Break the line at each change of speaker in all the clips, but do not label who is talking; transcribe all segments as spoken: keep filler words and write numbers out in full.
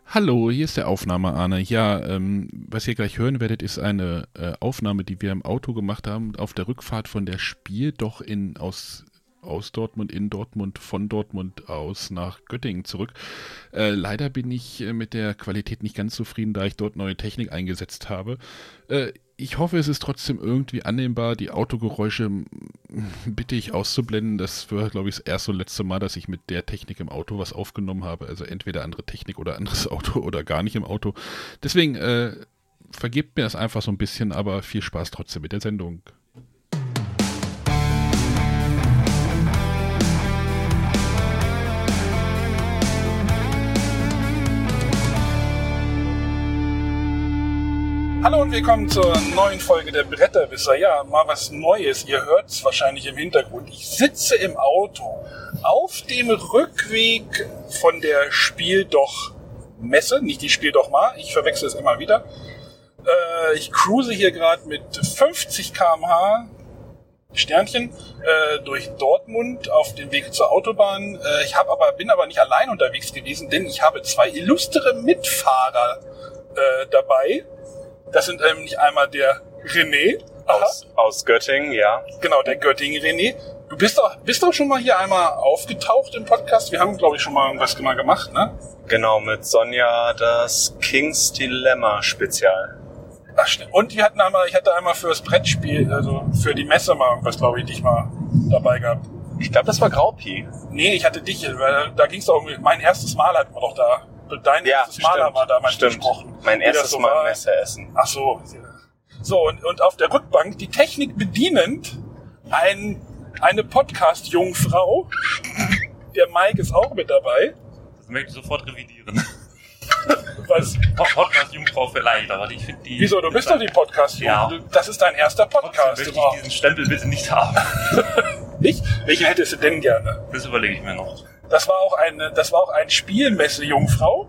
Hallo, hier ist der Aufnahme-Arne. Ja, ähm, was ihr gleich hören werdet, ist eine äh, Aufnahme, die wir im Auto gemacht haben, auf der Rückfahrt von der Spiel, doch in, aus, aus Dortmund, in Dortmund, von Dortmund aus nach Göttingen zurück. Äh, leider bin ich äh, mit der Qualität nicht ganz zufrieden, da ich dort neue Technik eingesetzt habe. Äh, ich hoffe, es ist trotzdem irgendwie annehmbar. Die Autogeräusche bitte ich auszublenden. Das war, glaube ich, das erste und letzte Mal, dass ich mit der Technik im Auto was aufgenommen habe. Also entweder andere Technik oder anderes Auto oder gar nicht im Auto. Deswegen äh, vergebt mir das einfach so ein bisschen, aber viel Spaß trotzdem mit der Sendung.
Hallo und willkommen zur neuen Folge der Bretterwisser. Ja, mal was Neues. Ihr hört es wahrscheinlich im Hintergrund. Ich sitze im Auto auf dem Rückweg von der Spieldoch-Messe. Nicht die Spieldoch-Mar, ich verwechsel es immer wieder. Äh, ich cruise hier gerade mit fünfzig Kilometer pro Stunde, Sternchen, äh, durch Dortmund auf dem Weg zur Autobahn. Äh, ich hab aber, bin aber nicht allein unterwegs gewesen, denn ich habe zwei illustre Mitfahrer äh, dabei. Das sind nämlich einmal der René.
Aus, aus Göttingen, ja.
Genau, der Göttingen René. Du bist doch, bist doch schon mal hier einmal aufgetaucht im Podcast. Wir haben, glaube ich, schon mal irgendwas mal gemacht, ne?
Genau, mit Sonja das King's Dilemma Spezial.
Ach, stimmt. Und wir hatten einmal, ich hatte einmal fürs Brettspiel, also für die Messe mal irgendwas, glaube ich, dich mal dabei gehabt.
Ich glaube, das war Graupi.
Nee, ich hatte dich, weil da ging es doch irgendwie, mein erstes Mal hatten wir doch da. Dein
ja,
erstes Mal haben wir damals
stimmt.
gesprochen.
Mein erstes so Mal Messe essen.
Ach so. So, und, und auf der Rückbank, die Technik bedienend, ein, eine Podcast-Jungfrau. Der Mike ist auch mit dabei.
Das möchte ich sofort revidieren.
Was?
Podcast-Jungfrau vielleicht, aber ich finde die...
Wieso, du bist doch die Podcast-Jungfrau. Ja. Das ist dein erster Podcast.
Trotzdem möchte ich diesen Stempel bitte nicht haben.
Ich? Welchen hättest du denn gerne?
Das überlege ich mir noch.
Das war auch eine, das war auch ein Spielmesse-Jungfrau.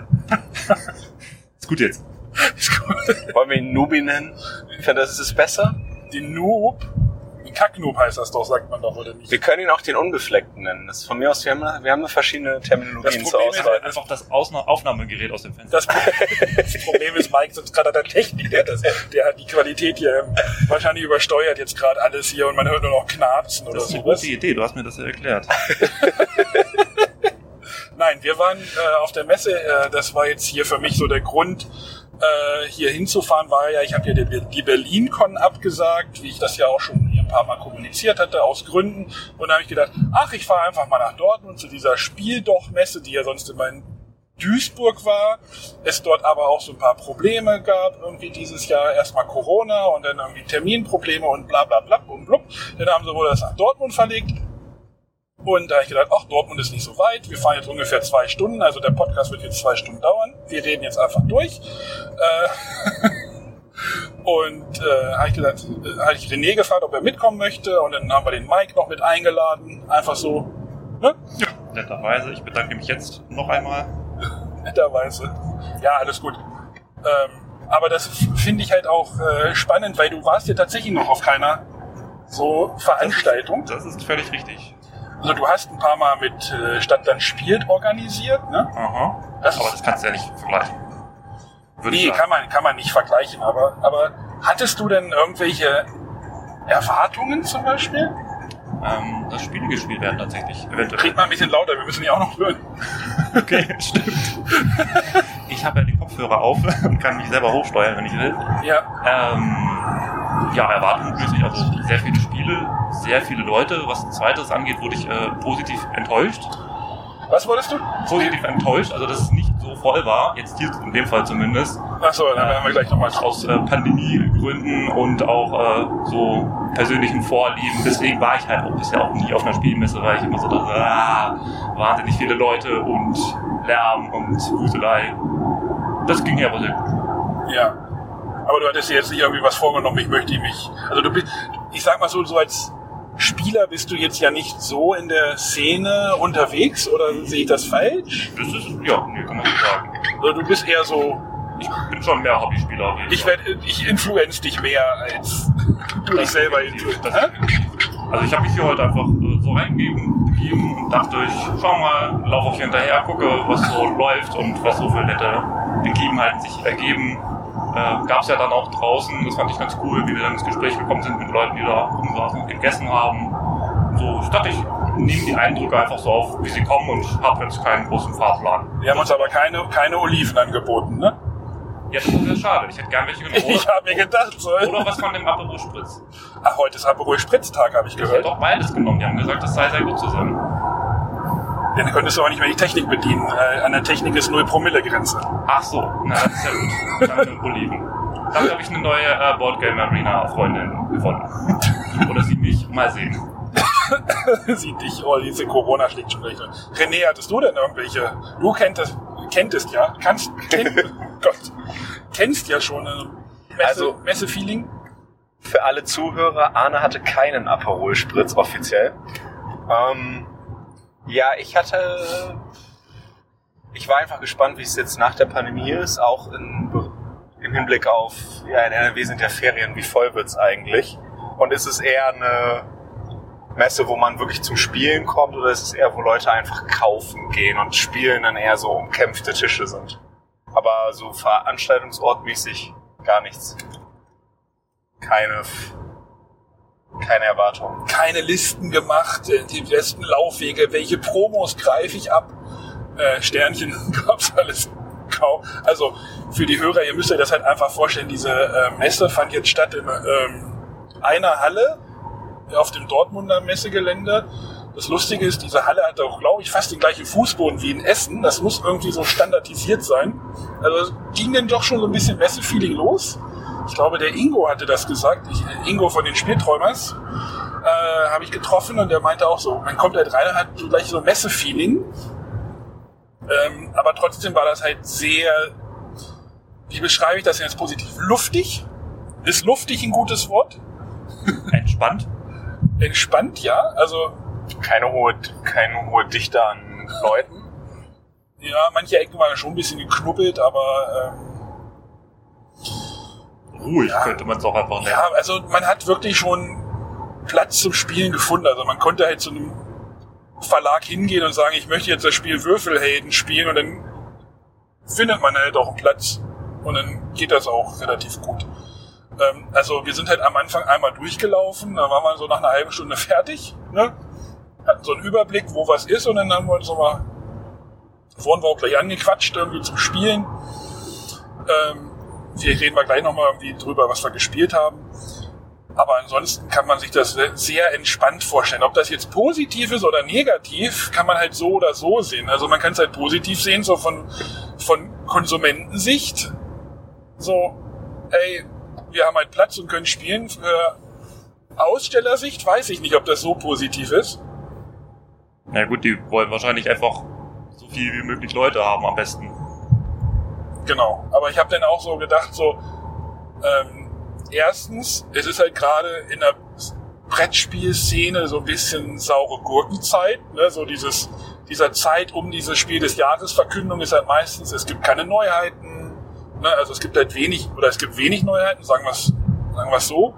Ist gut jetzt.
Ist gut.
Wollen wir ihn Nubi nennen? Ich finde, das ist besser.
Den Noob. Ein Kacknoob heißt das doch, sagt man doch, oder nicht?
Wir können ihn auch den Unbefleckten nennen. Das ist von mir aus, wir haben, wir haben verschiedene Terminologien zur Auswahl.
Halt einfach das Aufnahmegerät aus dem Fenster.
Das, das Problem ist, Mike sitzt gerade an der Technik. Der, das, der hat die Qualität hier wahrscheinlich übersteuert jetzt gerade alles hier und man hört nur noch Knarzen oder so.
Das ist eine gute Idee, du hast mir das ja erklärt.
Nein, wir waren äh, auf der Messe, äh, das war jetzt hier für mich so der Grund, äh, hier hinzufahren, war ja, ich habe ja die, die BerlinCon abgesagt, wie ich das ja auch schon hier ein paar Mal kommuniziert hatte, aus Gründen. Und da habe ich gedacht, ach, ich fahre einfach mal nach Dortmund zu dieser Spieldoch-Messe, die ja sonst immer in Duisburg war. Es dort aber auch so ein paar Probleme gab, irgendwie dieses Jahr erstmal Corona und dann irgendwie Terminprobleme und bla bla bla und blub. Dann haben sie wohl das nach Dortmund verlegt. Und da habe ich gedacht, ach, Dortmund ist nicht so weit, wir fahren jetzt ungefähr zwei Stunden, also der Podcast wird jetzt zwei Stunden dauern, wir reden jetzt einfach durch. Äh, und äh, habe ich gedacht, äh, habe ich René gefragt, ob er mitkommen möchte, und dann haben wir den Mike noch mit eingeladen, einfach so, ne?
Ja, netterweise, ich bedanke mich jetzt noch einmal.
Netterweise, ja, alles gut. Ähm, aber das finde ich halt auch äh, spannend, weil du warst ja tatsächlich noch auf keiner so Veranstaltung.
Das ist, das ist völlig richtig.
Also du hast ein paar Mal mit äh, Stadtland spielt organisiert, ne?
Aha.
Das
aber das kannst du ja nicht vergleichen. Würde
nee, kann man, kann man nicht vergleichen, aber, aber hattest du denn irgendwelche Erwartungen zum Beispiel?
Ähm, dass Spiele gespielt werden tatsächlich. Eventuell.
Red mal ein bisschen lauter, wir müssen die auch noch hören.
Okay, stimmt. Ich habe ja die Kopfhörer auf und kann mich selber hochsteuern, wenn ich will.
Ja.
Ähm, ja, erwartungsmäßig, also sehr viele Spiele, sehr viele Leute. Was zweites angeht, wurde ich äh, positiv enttäuscht.
Was wolltest du?
Positiv enttäuscht, also dass es nicht so voll war, jetzt hier in dem Fall zumindest.
Achso, dann
äh,
werden wir gleich nochmal
aus äh, Pandemiegründen und auch äh, so persönlichen Vorlieben. Deswegen war ich halt auch bisher auch nie auf einer Spielmesse, weil ich immer so dachte, ah, wahnsinnig viele Leute und Lärm und Wuselei. Das ging ja aber sehr gut.
Ja. Aber du hattest dir jetzt nicht irgendwie was vorgenommen, ich möchte mich, also du bist, ich sag mal so, so als Spieler bist du jetzt ja nicht so in der Szene unterwegs, oder sehe ich das falsch?
Das ist, ja, nee, kann man so sagen.
Also du bist eher so...
Ich bin schon mehr Hobbyspieler.
Ich, werd, ich influenz dich mehr, als du dich selber influenzt.
Also ich habe mich hier heute einfach äh, so reingegeben gegeben und dachte, ich schau mal, laufe auf hinterher, gucke, was so läuft und was so für nette Begebenheiten sich ergeben. Äh, Gab es ja dann auch draußen, das fand ich ganz cool, wie wir dann ins Gespräch gekommen sind mit Leuten, die da rumsaßen und gegessen haben. So, ich dachte, ich nehme die Eindrücke einfach so auf, wie sie kommen und habe jetzt keinen großen Fahrplan.
Wir haben uns aber keine, keine Oliven angeboten, ne?
Ja, das ist ja schade. Ich hätte gern welche genommen.
Ich habe mir gedacht, so.
Oder was von dem Aperol Spritz.
Ach, heute ist Aperol Spritz-Tag, habe ich
Ich
gehört.
hätte auch beides genommen. Die haben gesagt, das sei sehr gut zusammen.
Dann könntest du aber nicht mehr die Technik bedienen. Äh, an der Technik ist null Promille Grenze.
Ach so, na das ist ja gut. Dann mit Oliven. Dafür habe ich eine neue äh, Boardgame Arena Freundin gefunden. Oder sie mich. Mal sehen.
Sie dich, oh, diese Corona schlägt schon recht. René, hattest du denn irgendwelche? Du kenntest, kenntest ja, kannst, kenn, Gott, kennst ja schon ein Messe,
Also-
Messe-Feeling.
Für alle Zuhörer, Arne hatte keinen Aperol Spritz offiziell. Ähm, ja, ich hatte... Ich war einfach gespannt, wie es jetzt nach der Pandemie ist, auch in, im Hinblick auf, ja, in N R W sind ja Ferien, wie voll wird's eigentlich? Und ist es eher eine Messe, wo man wirklich zum Spielen kommt, oder ist es eher, wo Leute einfach kaufen gehen und Spielen dann eher so umkämpfte Tische sind? Aber so veranstaltungsortmäßig gar nichts. Keine, keine Erwartung.
Keine Listen gemacht, äh, die besten Laufwege, welche Promos greife ich ab. Äh, Sternchen gab's alles kaum. Also für die Hörer, ihr müsst euch das halt einfach vorstellen, diese äh, Messe fand jetzt statt in ähm, einer Halle auf dem Dortmunder Messegelände. Das Lustige ist, diese Halle hat auch, glaube ich, fast den gleichen Fußboden wie in Essen. Das muss irgendwie so standardisiert sein. Also es ging dann doch schon so ein bisschen Messe-Feeling los. Ich glaube, der Ingo hatte das gesagt. Ich, Ingo von den Spielträumers äh, habe ich getroffen und der meinte auch so, man kommt halt rein und hat so gleich so Messe-Feeling. Ähm, aber trotzdem war das halt sehr, wie beschreibe ich das jetzt positiv? Luftig. Ist luftig ein gutes Wort?
Entspannt.
Entspannt, ja. Also
Keine hohe, keine hohe Dichte an Leuten.
ja, manche Ecken waren schon ein bisschen geknubbelt, aber ähm,
Ruhig
Ja.
könnte man es auch einfach nennen.
ja, also man hat wirklich schon Platz zum Spielen gefunden. Also man konnte halt zu einem Verlag hingehen und sagen, ich möchte jetzt das Spiel Würfelhelden spielen und dann findet man halt auch einen Platz und dann geht das auch relativ gut. Ähm, also wir sind halt am Anfang einmal durchgelaufen, da waren wir so nach einer halben Stunde fertig, ne? Hatten so einen Überblick, wo was ist und dann haben wir uns nochmal, wurden wir auch gleich angequatscht irgendwie zum Spielen. Ähm, Vielleicht reden wir gleich nochmal irgendwie drüber, was wir gespielt haben. Aber ansonsten kann man sich das sehr entspannt vorstellen. Ob das jetzt positiv ist oder negativ, kann man halt so oder so sehen. Also man kann es halt positiv sehen, so von, von Konsumentensicht. So, ey, wir haben halt Platz und können spielen. Für Ausstellersicht weiß ich nicht, ob das so positiv ist.
Na gut, die wollen wahrscheinlich einfach so viel wie möglich Leute haben am besten.
Genau, aber ich habe dann auch so gedacht, so ähm, erstens, es ist halt gerade in der Brettspielszene so ein bisschen saure Gurkenzeit, ne? So dieses dieser Zeit um dieses Spiel des Jahres Verkündung ist halt meistens, es gibt keine Neuheiten, ne? Also es gibt halt wenig oder es gibt wenig Neuheiten, sagen wir es sagen wir's so.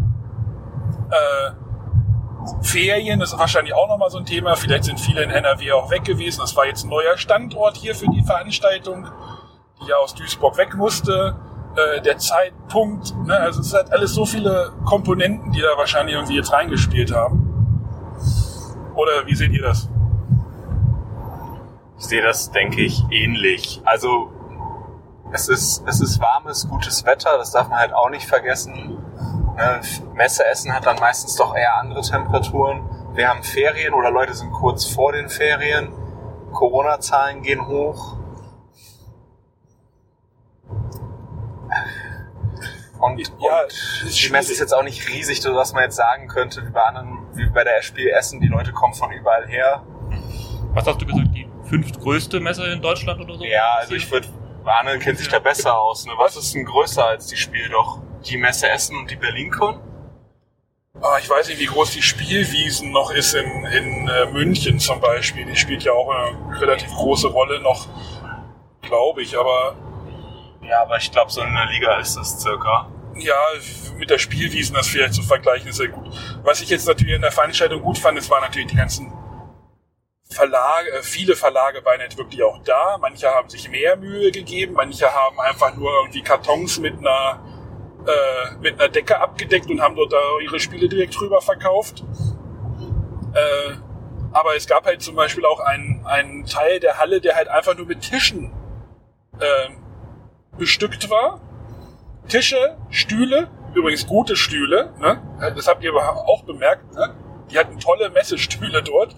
Äh, Ferien ist wahrscheinlich auch nochmal so ein Thema. Vielleicht sind viele in N R W auch weg gewesen. Das war jetzt ein neuer Standort hier für die Veranstaltung, die ja aus Duisburg weg musste, äh, der Zeitpunkt, ne? Also es ist halt alles so viele Komponenten, die da wahrscheinlich irgendwie jetzt reingespielt haben. Oder wie seht ihr das?
Ich sehe das, denke ich, ähnlich. Also es ist, es ist warmes, gutes Wetter, das darf man halt auch nicht vergessen. Ne? Messe Essen hat dann meistens doch eher andere Temperaturen. Wir haben Ferien oder Leute sind kurz vor den Ferien. Corona-Zahlen gehen hoch. Und,
Ja,
und
ist
die Messe ist jetzt auch nicht riesig, sodass man jetzt sagen könnte, wie bei anderen, wie bei der Spiel Essen, die Leute kommen von überall her.
Was hast du gesagt, die fünftgrößte Messe in Deutschland oder so?
Ja, also ich würde, Arne kennt sich da besser aus. Ne? Was ist denn größer als die Spiel doch? Die Messe Essen und die BerlinCon?
Ah, ich weiß nicht, wie groß die Spielwiesen noch ist in, in äh, München zum Beispiel. Die spielt ja auch eine relativ große Rolle noch, glaube ich, aber
Ja, aber ich glaube, so in der Liga ist das circa.
Ja, mit der Spielwiesen das vielleicht zu vergleichen, ist ja gut. Was ich jetzt natürlich in der Veranstaltung gut fand, es waren natürlich die ganzen Verlage, viele Verlage waren nicht wirklich auch da. Manche haben sich mehr Mühe gegeben, manche haben einfach nur irgendwie Kartons mit einer äh, mit einer Decke abgedeckt und haben dort da ihre Spiele direkt drüber verkauft. Äh, aber es gab halt zum Beispiel auch einen, einen Teil der Halle, der halt einfach nur mit Tischen äh, bestückt war. Tische, Stühle, übrigens gute Stühle, ne? Das habt ihr auch bemerkt, ne? Die hatten tolle Messestühle dort.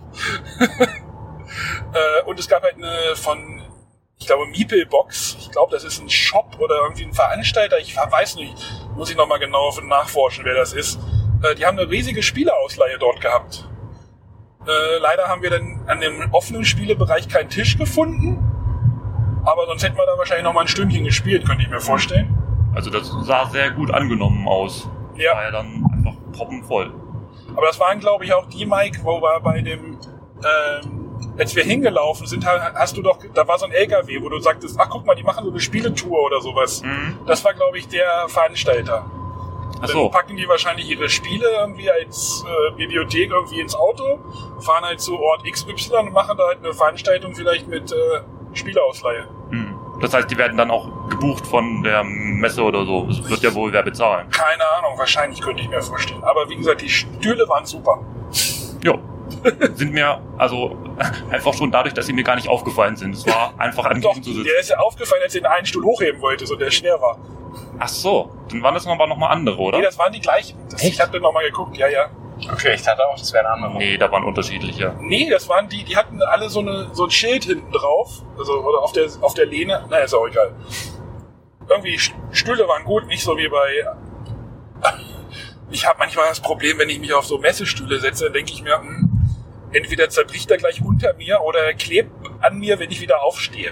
äh, und es gab halt eine von, ich glaube, Meeple-Box. Ich glaube, das ist ein Shop oder irgendwie ein Veranstalter. Ich weiß nicht, muss ich nochmal genau nachforschen, wer das ist. Äh, die haben eine riesige Spieleausleihe dort gehabt. Äh, leider haben wir dann an dem offenen Spielebereich keinen Tisch gefunden. Aber sonst hätten wir da wahrscheinlich noch mal ein Stündchen gespielt, könnte ich mir vorstellen.
Also das sah sehr gut angenommen aus.
Ja.
War ja dann einfach proppenvoll.
Aber das waren, glaube ich, auch die, Mike, wo wir bei dem, ähm, als wir hingelaufen sind, hast du doch, da war so ein L K W, wo du sagtest, ach guck mal, die machen so eine Spieletour oder sowas. Mhm. Das war, glaube ich, der Veranstalter.
Ach so.
Dann packen die wahrscheinlich ihre Spiele irgendwie als äh, Bibliothek irgendwie ins Auto, fahren halt zu Ort X Y und machen da halt eine Veranstaltung vielleicht mit äh, Spieleausleihe.
Mhm. Das heißt, die werden dann auch gebucht von der Messe oder so. Das wird ja wohl wer bezahlen.
Keine Ahnung, wahrscheinlich könnte ich mir vorstellen. Aber wie gesagt, die Stühle waren super.
Jo. Sind mir, also einfach schon dadurch, dass sie mir gar nicht aufgefallen sind. Es war einfach angenehm zu sitzen.
Der ist ja aufgefallen, als du den einen Stuhl hochheben wolltest und der schwer war.
Ach so, dann waren das aber nochmal andere, oder?
Nee, das waren die gleichen. Das, ich hab dann nochmal geguckt, ja, ja.
Okay, ich dachte auch, das wären andere.
Nee, da waren unterschiedliche.
Nee, das waren die, die hatten alle so, eine, so ein Schild hinten drauf. Also, oder auf der, auf der Lehne. Na, ist auch egal. Irgendwie, Stühle waren gut, nicht so wie bei... Ich habe manchmal das Problem, wenn ich mich auf so Messestühle setze, dann denke ich mir, hm, entweder zerbricht er gleich unter mir oder er klebt an mir, wenn ich wieder aufstehe.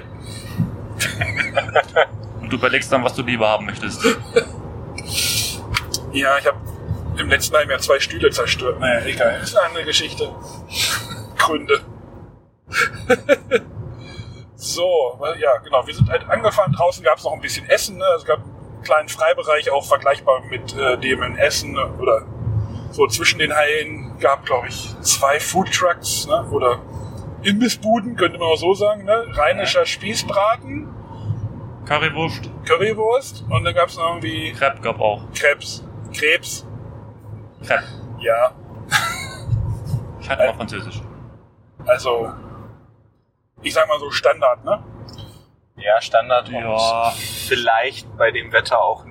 Und du überlegst dann, was du lieber haben möchtest.
Ja, ich habe im letzten Jahr zwei Stühle zerstört. Naja, egal. Das ist eine andere Geschichte. Gründe. So, ja, genau. Wir sind halt angefahren. Draußen gab es noch ein bisschen Essen. Ne? Es gab einen kleinen Freibereich, auch vergleichbar mit äh, dem in Essen. Ne? Oder so zwischen den Hallen gab, glaube ich, zwei Foodtrucks. Ne? Oder Imbissbuden, könnte man auch so sagen. Ne? Rheinischer Spießbraten.
Currywurst.
Currywurst. Und dann gab es noch irgendwie...
Crepe gab auch.
Krebs. Krebs.
Crepe.
Ja.
Ich hatte mal Französisch.
Also, ich sag mal so Standard, ne?
Ja, Standard.
Ja.
Und vielleicht bei dem Wetter auch.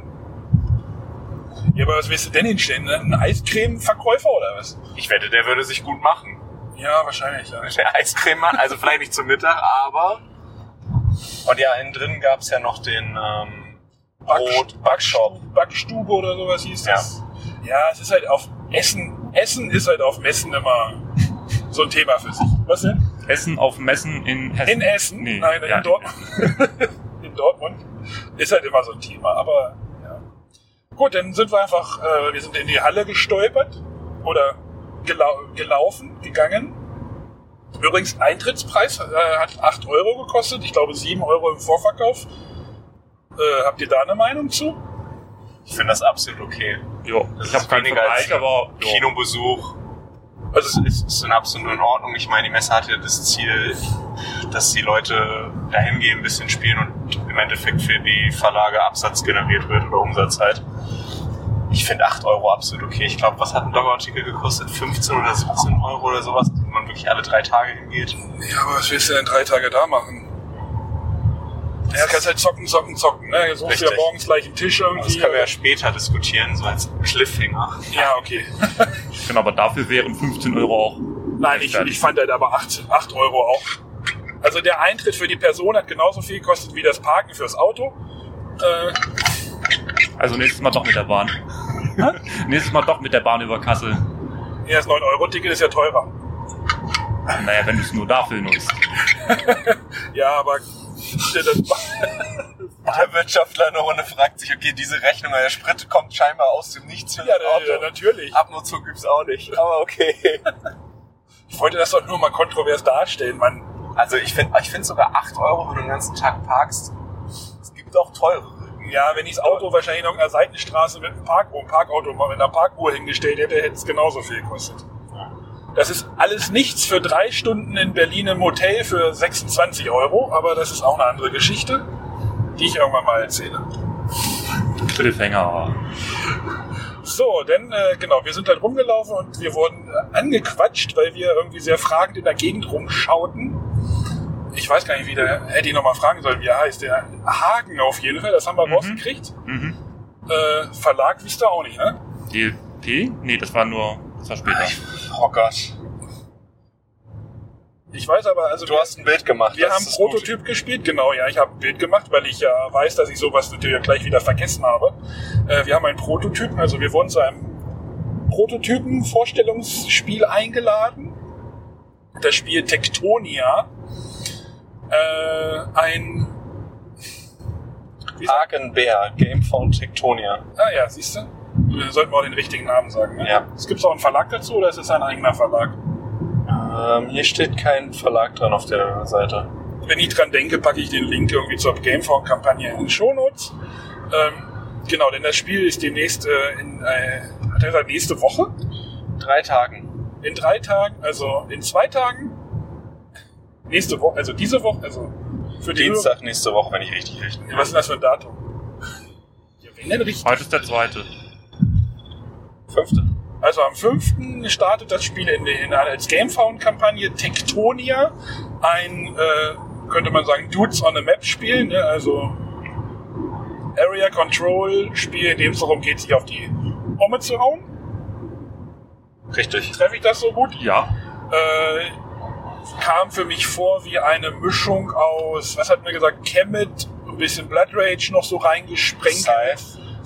Ja, aber was willst du denn hinstellen? Ne? Ein Eiscreme-Verkäufer oder was?
Ich wette, der würde sich gut machen.
Ja, wahrscheinlich, ja.
Der Eiscreme-Mann, also vielleicht nicht zum Mittag, aber... Und ja, innen drin gab's ja noch den ähm, Brot, Backshop.
Backstube oder sowas hieß das. Ja. Ja, es ist halt auf Essen. Essen ist halt auf Messen immer so ein Thema für sich. Was denn?
Essen auf Messen in Hessen.
In Essen?
Nee,
Nein,
ja,
in Dortmund. In Dortmund ist halt immer so ein Thema. Aber ja. Gut, dann sind wir einfach, äh, wir sind in die Halle gestolpert oder gelau- gelaufen, gegangen. Übrigens, Eintrittspreis äh, hat acht Euro gekostet. Ich glaube sieben Euro im Vorverkauf. Äh, habt ihr da eine Meinung zu?
Ich finde das absolut okay.
Jo,
Das
ich habe keinen Vergleich, aber jo.
Kinobesuch. Also es ist, ist in absolut in Ordnung. Ich meine, die Messe hat ja das Ziel, dass die Leute dahin gehen, ein bisschen spielen und im Endeffekt für die Verlage Absatz generiert wird oder Umsatz halt. Ich finde acht Euro absolut okay. Ich glaube, was hat ein Blog-Artikel gekostet? fünfzehn oder siebzehn Euro oder sowas, wo man wirklich alle drei Tage hingeht.
Ja, aber was willst du denn drei Tage da machen? Ja, kannst halt zocken, zocken, zocken. Ne? Jetzt suchst du ja morgens gleich einen Tisch irgendwie.
Das können wir ja später diskutieren, so als Cliffhanger.
Ja, okay.
Genau, aber dafür wären fünfzehn Euro auch.
Nein, ich, ich fand halt aber acht Euro auch. Also der Eintritt für die Person hat genauso viel gekostet wie das Parken fürs Auto. Äh,
Also nächstes Mal doch mit der Bahn. Nächstes Mal doch mit der Bahn über Kassel.
ja, das neun Euro Ticket ist ja teurer.
Naja, wenn du es nur dafür nutzt.
Ja, aber...
Der Wirtschaftler in der Runde fragt sich, okay, diese Rechnung, der Sprit kommt scheinbar aus dem Nichts für
ja,
das Auto.
Ja, natürlich.
Abnutzung gibt's auch nicht, aber okay.
Ich wollte das doch nur mal kontrovers darstellen, Mann.
Also ich finde ich find sogar acht Euro, wenn du den ganzen Tag parkst. Es gibt auch teurere
Ja, wenn ich das Auto wahrscheinlich in irgendeiner Seitenstraße mit einem Park, einem Parkauto mal mit einer Parkuhr hingestellt hätte, hätte es genauso viel gekostet. Das ist alles nichts für drei Stunden in Berlin im Hotel für sechsundzwanzig Euro, aber das ist auch eine andere Geschichte, die ich irgendwann mal erzähle.
Cliffhanger.
So, denn äh, genau, wir sind halt rumgelaufen und wir wurden äh, angequatscht, weil wir irgendwie sehr fragend in der Gegend rumschauten. Ich weiß gar nicht, wie der, hätte ich nochmal fragen sollen, wie er heißt. Der Hagen auf jeden Fall, das haben wir mhm. rausgekriegt.
Mhm.
Äh, Verlag wisst ihr auch nicht, ne?
D L P? Nee, das war nur, das war später.
Oh Gott.
Ich weiß aber, also...
Du hast ein Bild gemacht.
Wir haben Prototyp gut. gespielt, genau, ja, ich habe ein Bild gemacht, weil ich ja weiß, dass ich sowas natürlich gleich wieder vergessen habe. Äh, wir haben einen Prototypen, also wir wurden zu einem Prototypen-Vorstellungsspiel eingeladen. Das Spiel Tektonia. Äh, ein...
Hagenbär, Gamefound Tektonia.
Ah ja, siehst du? Wir sollten wir auch den richtigen Namen sagen, ne?
Ja.
Es gibt auch einen Verlag dazu, oder ist es ein eigener Verlag?
Ähm, hier steht kein Verlag dran auf der Seite.
Wenn ich dran denke, packe ich den Link irgendwie zur Gamefound-Kampagne in den Shownotes. Ähm, genau, denn das Spiel ist demnächst äh, in äh, hat er gesagt, nächste Woche?
Drei Tagen.
In drei Tagen, also in zwei Tagen. Nächste Woche, also diese Woche, also für die
Dienstag Höhe. Nächste Woche, wenn ich richtig rechne.
Was ist denn das für ein Datum? Ja, wenn denn richtig?
Heute ist der zweite.
Fünfte.
Also am fünften startet das Spiel in, in einer als Gamefound-Kampagne Tektonia, ein, äh, könnte man sagen, Dudes on a Map Spiel, ne? Also Area Control Spiel, in dem es darum geht, sich auf die Bombe zu hauen.
Richtig.
Treffe ich das so gut?
Ja.
Äh, kam für mich vor wie eine Mischung aus, was hat man gesagt, Kemet, ein bisschen Blood Rage noch so reingesprenkelt.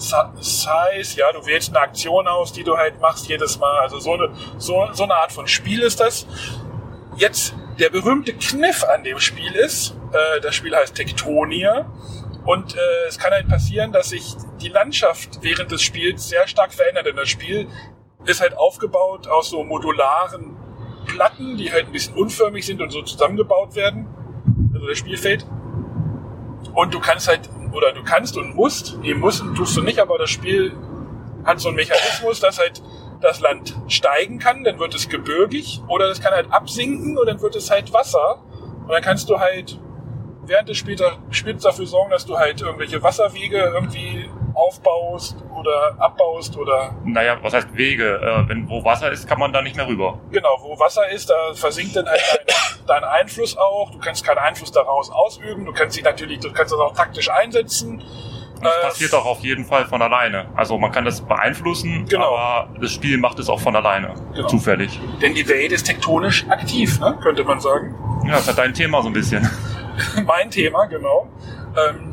Size, ja, du wählst eine Aktion aus, die du halt machst jedes Mal. Also so eine, so, so eine Art von Spiel ist das. Jetzt, der berühmte Kniff an dem Spiel ist, äh, das Spiel heißt Tektonia. Und äh, es kann halt passieren, dass sich die Landschaft während des Spiels sehr stark verändert. Denn das Spiel ist halt aufgebaut aus so modularen Platten, die halt ein bisschen unförmig sind und so zusammengebaut werden. Also das Spielfeld. Und du kannst halt, oder du kannst und musst, nee, musst tust du nicht, aber das Spiel hat so einen Mechanismus, dass halt das Land steigen kann, dann wird es gebirgig, oder es kann halt absinken und dann wird es halt Wasser. Und dann kannst du halt während des Spiels, Spiels dafür sorgen, dass du halt irgendwelche Wasserwege irgendwie aufbaust oder abbaust oder...
Naja, was heißt Wege? Äh, wenn wo Wasser ist, kann man da nicht mehr rüber.
Genau, wo Wasser ist, da versinkt dann halt dein, dein Einfluss auch. Du kannst keinen Einfluss daraus ausüben. Du kannst dich natürlich, du kannst das auch taktisch einsetzen.
Das
äh,
passiert auch auf jeden Fall von alleine. Also man kann das beeinflussen,
genau.
aber das Spiel macht es auch von alleine. Genau. Zufällig.
Denn die Welt ist tektonisch aktiv, ne? Könnte man sagen.
Ja, das ist dein Thema so ein bisschen.
Mein Thema, genau. Ähm,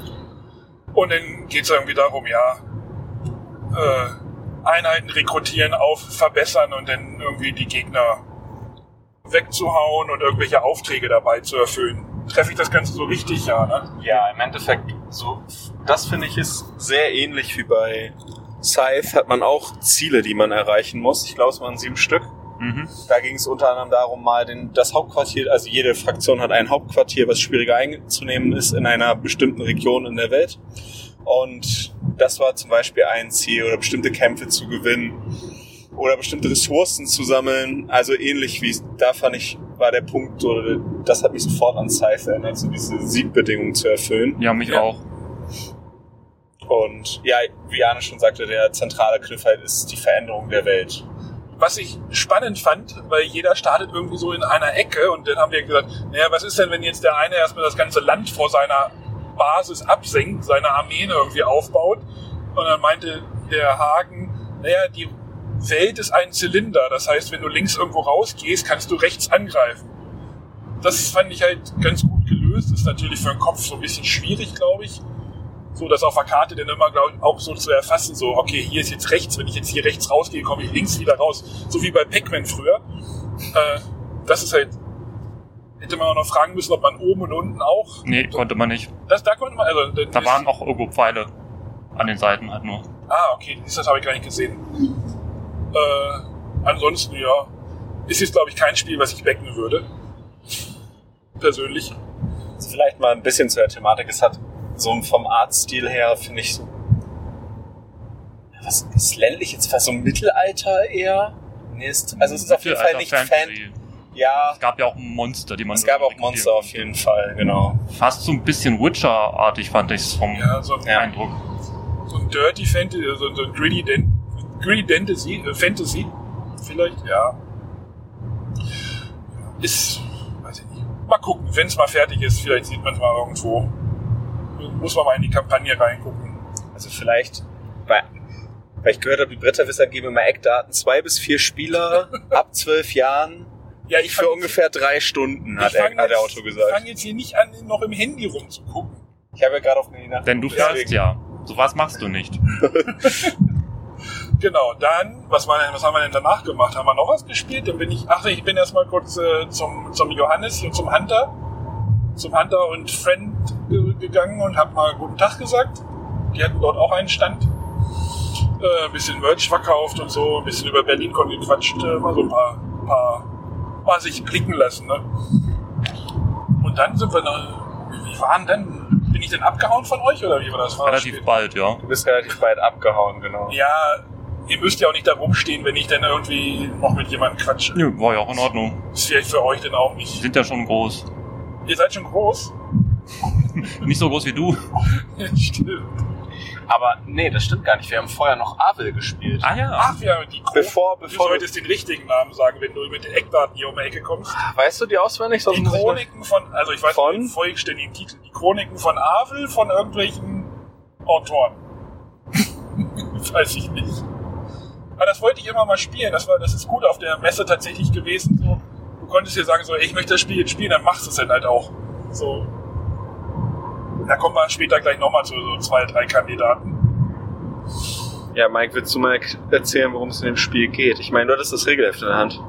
und dann geht es irgendwie darum, ja, äh, Einheiten rekrutieren, auf verbessern und dann irgendwie die Gegner wegzuhauen und irgendwelche Aufträge dabei zu erfüllen. Treffe ich das Ganze so richtig, ja, ne?
Ja, im Endeffekt, so, das finde ich ist sehr ähnlich wie bei Scythe, hat man auch Ziele, die man erreichen muss. Ich glaube, es waren sieben Stück.
Mhm.
Da ging es unter anderem darum, mal den, das Hauptquartier, also jede Fraktion hat ein Hauptquartier, was schwieriger einzunehmen ist in einer bestimmten Region in der Welt. Und das war zum Beispiel ein Ziel, oder bestimmte Kämpfe zu gewinnen oder bestimmte Ressourcen zu sammeln. Also ähnlich wie, da fand ich, war der Punkt, oder das hat mich sofort an Scythe erinnert, so diese Siegbedingungen zu erfüllen.
Ja, mich
ja.
auch.
Und ja, wie Arne schon sagte, der zentrale Kniff halt ist die Veränderung der Welt.
Was ich spannend fand, weil jeder startet irgendwie so in einer Ecke und dann haben wir gesagt, naja, was ist denn, wenn jetzt der eine erstmal das ganze Land vor seiner Basis absenkt, seine Armeen irgendwie aufbaut? Und dann meinte der Hagen, naja, die Welt ist ein Zylinder, das heißt, wenn du links irgendwo rausgehst, kannst du rechts angreifen. Das fand ich halt ganz gut gelöst, ist natürlich für den Kopf so ein bisschen schwierig, glaube ich. So, das auf der Karte dann immer, glaube ich, auch so zu erfassen, so, okay, hier ist jetzt rechts, wenn ich jetzt hier rechts rausgehe, komme ich links wieder raus. So wie bei Pac-Man früher. Äh, das ist halt, hätte man auch noch fragen müssen, ob man oben und unten auch...
Nee, konnte man nicht.
Das, da konnte man, also...
Da waren auch irgendwo Pfeile an den Seiten halt nur.
Ah, okay, das habe ich gar nicht gesehen. Äh, ansonsten, ja, ist jetzt, glaube ich, kein Spiel, was ich backen würde. Persönlich.
Also vielleicht mal ein bisschen zur Thematik. Es hat so vom Artstil her finde ich so, was ist ländlich jetzt fast so Mittelalter eher? Nee, ist, also es ist auf jeden Fall nicht Fantasy. Ja.
Es gab ja auch Monster, die man...
Es gab auch Monster auf jeden Fall, genau.
Fast so ein bisschen Witcher-artig fand ich es vom
ja, so ein
Eindruck.
So ein Dirty Fantasy, so, so ein Gritty, Den- Gritty Fantasy, äh, Fantasy, vielleicht, ja. Ist, weiß ich nicht. Mal gucken, wenn es mal fertig ist, vielleicht sieht man es mal irgendwo. Muss man mal in die Kampagne reingucken.
Also vielleicht, weil, weil ich gehört habe, die Bretterwisser geben immer Eckdaten, zwei bis vier Spieler ab zwölf Jahren.
Ja, ich
für ungefähr drei Stunden, hat, er, hat der Autor gesagt.
Ich fange jetzt hier nicht an, noch im Handy rumzugucken.
Ich habe ja gerade auf die Nacht.
Denn du fährst ja. So was machst du nicht.
Genau, dann, was, war denn, was haben wir denn danach gemacht? Haben wir noch was gespielt? Dann bin ich, ach, ich bin erstmal kurz äh, zum, zum Johannes und zum Hunter, zum Hunter und Friend ge- gegangen und hab mal guten Tag gesagt. Die hatten dort auch einen Stand. Äh, ein bisschen Merch verkauft und so, ein bisschen über BerlinCon gequatscht, äh, mal so ein paar, paar mal sich blicken lassen, ne? Und dann sind wir noch, wie waren denn, bin ich denn abgehauen von euch oder wie war das? War
relativ
das
bald, ja.
Du bist relativ bald abgehauen, genau.
Ja, ihr müsst ja auch nicht da rumstehen, wenn ich dann irgendwie noch mit jemandem quatsche.
Ja, war ja auch in Ordnung.
Ist vielleicht für euch denn auch
Die
nicht.
sind ja schon groß.
Ihr seid schon groß?
Nicht so groß wie du.
Stimmt.
Aber nee, das stimmt gar nicht. Wir haben vorher noch Avil gespielt.
Ah ja.
Ach, wir haben die Chronik.
Bevor, bevor
du solltest den richtigen Namen sagen, wenn du mit den Eckdaten hier um die Ecke kommst.
Weißt du die auswendig? Sonst
Die
muss ich mal-
Chroniken von, also ich weiß
Von?
nicht den vollständigen Titel, die Chroniken von Avil von irgendwelchen Autoren. Weiß ich nicht. Aber das wollte ich immer mal spielen. Das war, das ist gut auf der Messe tatsächlich gewesen. So, du konntest dir sagen, so, ey, ich möchte das Spiel jetzt spielen, dann machst du es dann halt auch. So. Da kommen wir später gleich nochmal zu so zwei, drei Kandidaten.
Ja, Mike, willst du mal erzählen, worum es in dem Spiel geht? Ich meine, du hattest das Regelheft in der Hand.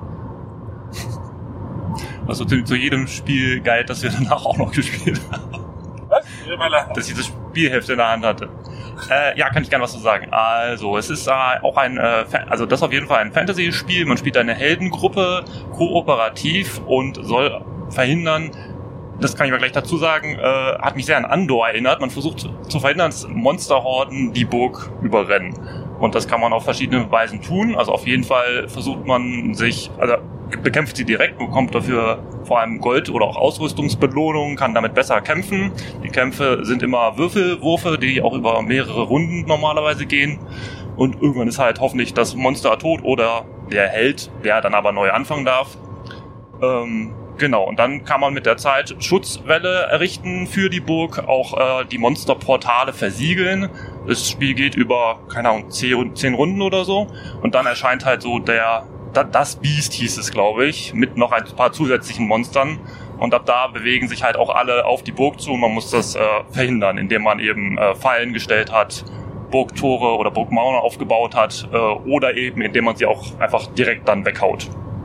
Also zu, zu jedem Spiel Guide, das wir danach auch noch gespielt haben.
Was? Immer lang.
Dass ich das Spielheft in der Hand hatte. Äh, ja, kann ich gerne was zu sagen. Also, es ist äh, auch ein, äh, Fa- also das ist auf jeden Fall ein Fantasy-Spiel. Man spielt eine Heldengruppe, kooperativ und soll verhindern, das kann ich mal gleich dazu sagen, äh, hat mich sehr an Andor erinnert. Man versucht zu verhindern, dass Monsterhorden die Burg überrennen. Und das kann man auf verschiedene Weisen tun. Also auf jeden Fall versucht man sich, also bekämpft sie direkt, bekommt dafür vor allem Gold oder auch Ausrüstungsbelohnungen, kann damit besser kämpfen. Die Kämpfe sind immer Würfelwürfe, die auch über mehrere Runden normalerweise gehen. Und irgendwann ist halt hoffentlich das Monster tot oder der Held, der dann aber neu anfangen darf. Ähm, Genau, und dann kann man mit der Zeit Schutzwälle errichten für die Burg, auch äh, die Monsterportale versiegeln. Das Spiel geht über, keine Ahnung, zehn, zehn Runden oder so. Und dann erscheint halt so der, da, das Biest hieß es, glaube ich, mit noch ein paar zusätzlichen Monstern. Und ab da bewegen sich halt auch alle auf die Burg zu und man muss das äh, verhindern, indem man eben äh, Fallen gestellt hat, Burgtore oder Burgmauern aufgebaut hat äh, oder eben indem man sie auch einfach direkt dann weghaut.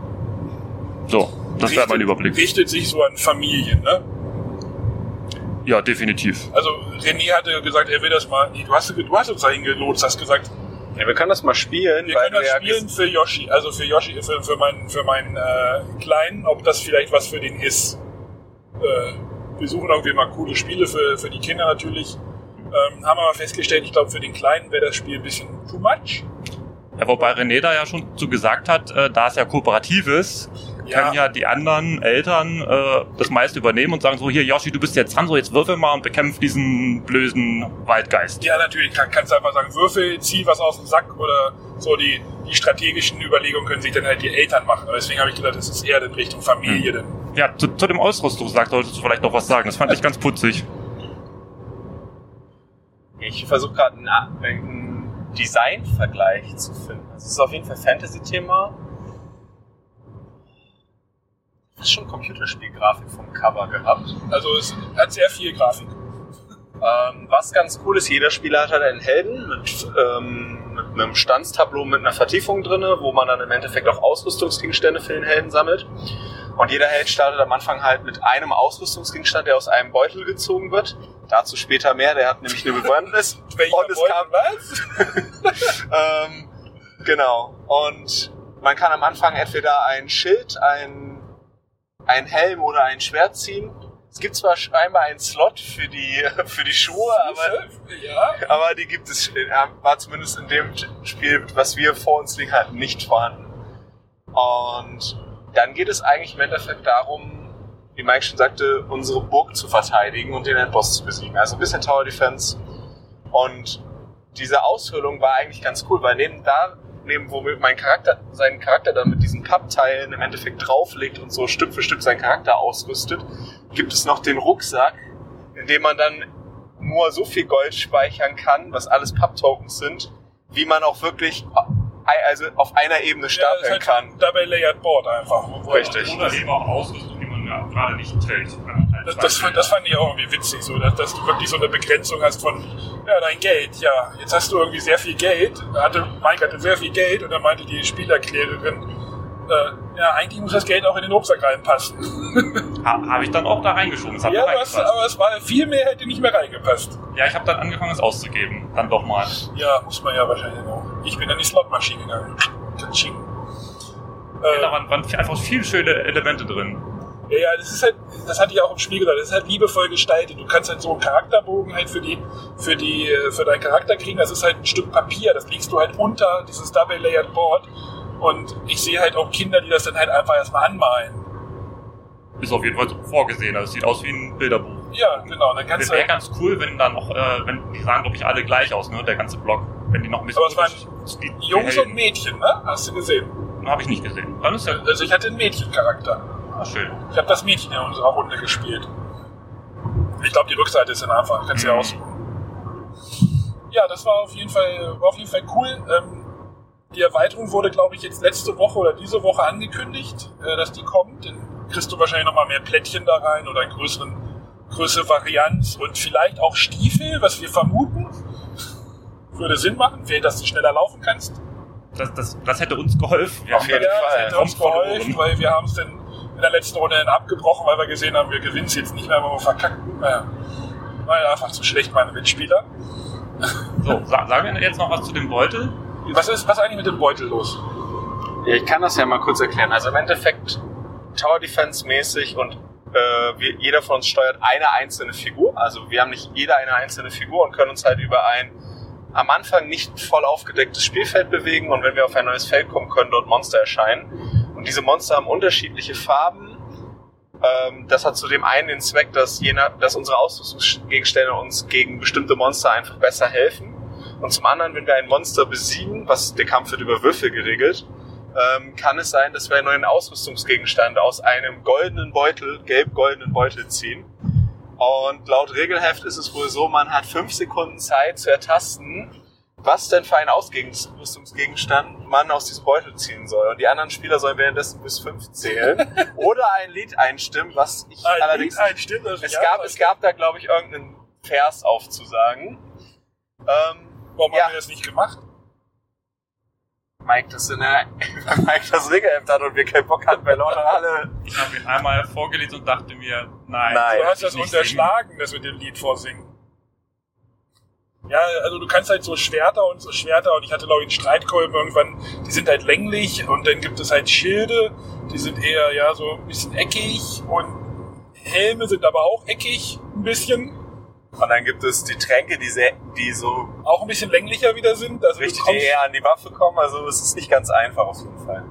So. Das wäre mein Überblick.
Richtet sich so an Familien, ne?
Ja, definitiv.
Also René hatte gesagt, er will das mal. Nee, du hast, du hast uns dahin gelotst, hast gesagt,
Ja, wir können das mal spielen.
wir
weil
können das
wir
spielen für Yoshi, also für Yoshi, für, für meinen, für meinen äh, Kleinen, ob das vielleicht was für den ist. Äh, wir suchen irgendwie mal coole Spiele für, für die Kinder natürlich. Ähm, haben aber festgestellt, ich glaube, für den Kleinen wäre das Spiel ein bisschen too much.
Ja, wobei René da ja schon zu gesagt hat, äh, da es ja kooperativ ist,
Ja.
können ja die anderen Eltern äh, das meiste übernehmen und sagen so, hier Yoshi, du bist jetzt dran, so jetzt würfel mal und bekämpf diesen blöden Waldgeist.
Ja, natürlich, kann, kannst du einfach sagen, Würfel, zieh was aus dem Sack oder so, die, die strategischen Überlegungen können sich dann halt die Eltern machen. Aber deswegen habe ich gedacht, das ist eher in Richtung Familie. Denn.
Ja, zu, zu dem Ausrüstungssack solltest du vielleicht noch was sagen, das fand ich ganz putzig.
Ich versuche gerade einen, einen Design-Vergleich zu finden. Es ist auf jeden Fall Fantasy-Thema. Das ist schon Computerspielgrafik vom Cover gehabt.
Also es hat sehr viel Grafik.
Ähm, was ganz cool ist, jeder Spieler hat halt einen Helden mit, ähm, mit einem Standstableau mit einer Vertiefung drin, wo man dann im Endeffekt auch Ausrüstungsgegenstände für den Helden sammelt. Und jeder Held startet am Anfang halt mit einem Ausrüstungsgegenstand, der aus einem Beutel gezogen wird. Dazu später mehr, der hat nämlich eine Bewandtnis.
Welcher
Und es
Beutel,
kam,
was?
ähm, genau. Und man kann am Anfang entweder ein Schild, ein, ein Helm oder ein Schwert ziehen. Es gibt zwar scheinbar einen Slot für die, für die Schuhe, aber,
ja.
aber die gibt es, war zumindest in dem Spiel, was wir vor uns liegen hatten, nicht vorhanden. Und dann geht es eigentlich im Endeffekt darum, wie Mike schon sagte, unsere Burg zu verteidigen und den Endboss zu besiegen. Also ein bisschen Tower Defense. Und diese Aushöhlung war eigentlich ganz cool, weil neben da, neben wo mein Charakter, seinen Charakter dann mit diesen Pappteilen im Endeffekt drauflegt und so Stück für Stück seinen Charakter ausrüstet, gibt es noch den Rucksack, in dem man dann nur so viel Gold speichern kann, was alles Papptokens sind, wie man auch wirklich also auf einer Ebene stapeln
ja, das
kann.
Halt Double Layered Board einfach.
Richtig.
Oder eben auch Ausrüstung, die man ja gerade nicht trägt.
Das, das, das fand ich auch irgendwie witzig, so, dass, dass du wirklich so eine Begrenzung hast von, ja, dein Geld, ja, jetzt hast du irgendwie sehr viel Geld, hatte, Mike hatte sehr viel Geld und dann meinte die Spielerklärerin, äh, ja, eigentlich muss das Geld auch in den Rucksack reinpassen.
Ha, habe ich dann auch da reingeschoben. Es hat
ja,
mir
was, aber es war viel mehr, hätte nicht mehr reingepasst.
Ja, ich habe dann angefangen, es auszugeben. Dann doch mal.
Ja, muss man ja wahrscheinlich auch. Ich bin an die Slotmaschine gegangen. Katsching.
Ja, da waren, waren einfach viele schöne Elemente drin.
Ja, ja, das ist halt, das hatte ich auch im Spiel gesagt, das ist halt liebevoll gestaltet. Du kannst halt so einen Charakterbogen halt für die, für die, für deinen Charakter kriegen. Das ist halt ein Stück Papier, das legst du halt unter dieses Double Layered Board. Und ich sehe halt auch Kinder, die das dann halt einfach erstmal anmalen.
Ist auf jeden Fall so vorgesehen, also es sieht aus wie ein Bilderbuch.
Ja, genau. Dann kannst
das
du
wäre
halt,
ganz cool, wenn dann noch, äh, wenn die sahen, glaube ich, alle gleich aus, ne, der ganze Block. Wenn die noch ein bisschen.
Aber es waren
die, die
Jungs
Helden.
und Mädchen, ne? Hast du gesehen?
Habe ich nicht gesehen. Dann ist ja.
Also ich hatte einen Mädchencharakter.
Ah, schön.
Ich habe das Mädchen in unserer Runde gespielt. Ich glaube, die Rückseite ist dann einfach. Kannst du
Mhm.
ja aussuchen. Ja, das war auf jeden Fall, war auf jeden Fall cool. Ähm, die Erweiterung wurde, glaube ich, jetzt letzte Woche oder diese Woche angekündigt, äh, dass die kommt. Dann kriegst du wahrscheinlich nochmal mehr Plättchen da rein oder einen größeren, größere Varianz und vielleicht auch Stiefel, was wir vermuten. Würde Sinn machen, vielleicht, dass du schneller laufen kannst.
Das, das, das hätte uns geholfen.
Auf jeden
Ja,
Fall.
das hätte uns
Kommt
geholfen,
verloren.
weil wir haben es dann in der letzten Runde dann abgebrochen, weil wir gesehen haben, wir gewinnen es jetzt nicht mehr, weil wir verkacken. Naja, war ja einfach zu schlecht, meine Mitspieler.
So, sa- sagen wir jetzt noch was zu dem Beutel?
Was ist, was ist eigentlich mit dem Beutel los?
Ja, ich kann das ja mal kurz erklären. Also im Endeffekt Tower Defense mäßig und äh, wir, jeder von uns steuert eine einzelne Figur. Also wir haben nicht jeder eine einzelne Figur und können uns halt über ein am Anfang nicht voll aufgedecktes Spielfeld bewegen und wenn wir auf ein neues Feld kommen, können dort Monster erscheinen. Und diese Monster haben unterschiedliche Farben. Ähm, das hat zudem einen den Zweck, dass, je nach, dass unsere Ausrüstungsgegenstände uns gegen bestimmte Monster einfach besser helfen. Und zum anderen, wenn wir ein Monster besiegen, was der Kampf wird über Würfel geregelt, ähm, kann es sein, dass wir einen neuen Ausrüstungsgegenstand aus einem goldenen Beutel, gelb-goldenen Beutel ziehen. Und laut Regelheft ist es wohl so, man hat fünf Sekunden Zeit zu ertasten, was denn für einen Ausrüstungsgegenstand man aus diesem Beutel ziehen soll. Und die anderen Spieler sollen währenddessen bis fünf zählen oder ein Lied einstimmen, was ich
Ein
allerdings...
Lied einstimmen, das
es,
ja,
gab, es gab da, glaube ich, irgendeinen Vers aufzusagen. Ähm,
Warum
ja.
haben wir das nicht gemacht?
Mike das, in der, Mike das Regelheft hat und wir keinen Bock hatten, weil lauter alle...
Ich habe ihn einmal vorgelesen und dachte mir, nein.
Nein.
Du hast
will
das
ich nicht
unterschlagen, das mit dem Lied vorsingen. Ja, also du kannst halt so Schwerter und so Schwerter und ich hatte, glaube ich, einen Streitkolben irgendwann, die sind halt länglich und dann gibt es halt Schilde, die sind eher, ja, so ein bisschen eckig und Helme sind aber auch eckig, ein bisschen.
Und dann gibt es die Tränke, die, sehr, die so
Auch ein bisschen länglicher wieder sind. Also
richtig
du kommst,
eher an die Waffe kommen. Also es ist nicht ganz einfach auf jeden Fall.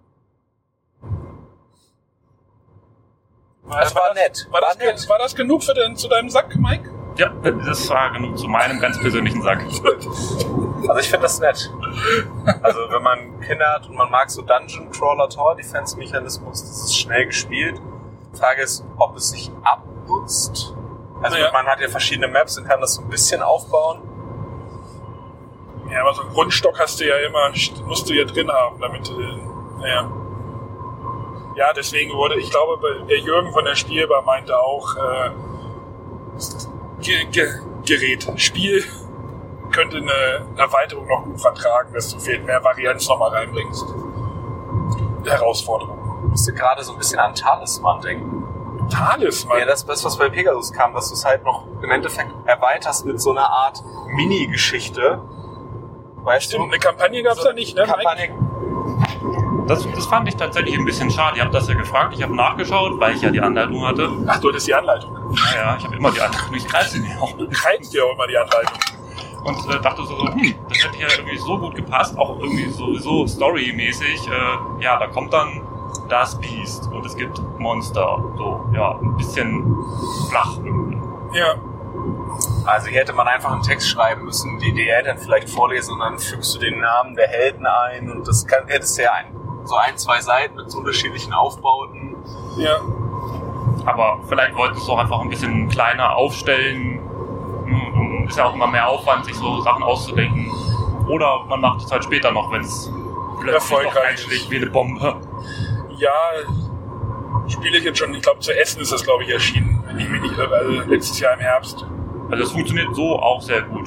war,
Das war nett.
War,
War
das,
nett.
war das genug für den, zu deinem Sack, Mike?
Ja, das war genug zu meinem ganz persönlichen Sack.
Also ich finde das nett. Also wenn man Kinder hat und man mag so Dungeon Crawler Tower Defense Mechanismus, das ist schnell gespielt. Die Frage ist, ob es sich abnutzt. Also
Ja.
man hat ja verschiedene Maps und kann das so ein bisschen aufbauen.
Ja, aber so einen Grundstock hast du ja immer, musst du ja drin haben, damit, äh, naja. Ja, deswegen wurde, ich glaube, der Jürgen von der Spielbar meinte auch, äh, Ge- Ge- Gerät, Spiel könnte eine Erweiterung noch gut vertragen, dass du viel mehr Varianz nochmal reinbringst. Herausforderung.
Ich musste gerade so ein bisschen an Talisman denken.
Talisman?
Ja, das, das, was bei Pegasus kam, dass du es halt noch im Endeffekt erweiterst mit so einer Art Mini-Geschichte. Weißt
Stimmt,
du?
eine Kampagne gab's
So
da nicht, ne?
Kampagne.
Das, das fand ich tatsächlich ein bisschen schade. Ich habe das ja gefragt, ich habe nachgeschaut, weil ich ja die Anleitung hatte.
Ach, du hattest die Anleitung.
Ja, ich habe immer die Anleitung. Ich greife sie mir auch.
Du greifst dir auch immer die Anleitung.
Und äh, dachte so, hm, das hätte ja irgendwie so gut gepasst, auch irgendwie sowieso storymäßig. Äh, ja, da kommt dann das Biest und es gibt Monster. So, ja, ein bisschen flach irgendwie.
Ja.
Also hier hätte man einfach einen Text schreiben müssen, die die Eltern vielleicht vorlesen und dann fügst du den Namen der Helden ein und das kann, hättest du ja ein, so ein, zwei Seiten mit so unterschiedlichen Aufbauten.
Ja.
Aber vielleicht wollten sie es auch einfach ein bisschen kleiner aufstellen. Hm, ist ja auch immer mehr Aufwand, sich so Sachen auszudenken. Oder man macht es halt später noch, wenn es plötzlich noch einschlägt wie eine Bombe.
Ja, spiele ich jetzt schon, ich glaube zu Essen ist das, glaube ich, erschienen, wenn ich mich nicht irre, also letztes Jahr im Herbst.
Also es funktioniert so auch sehr gut.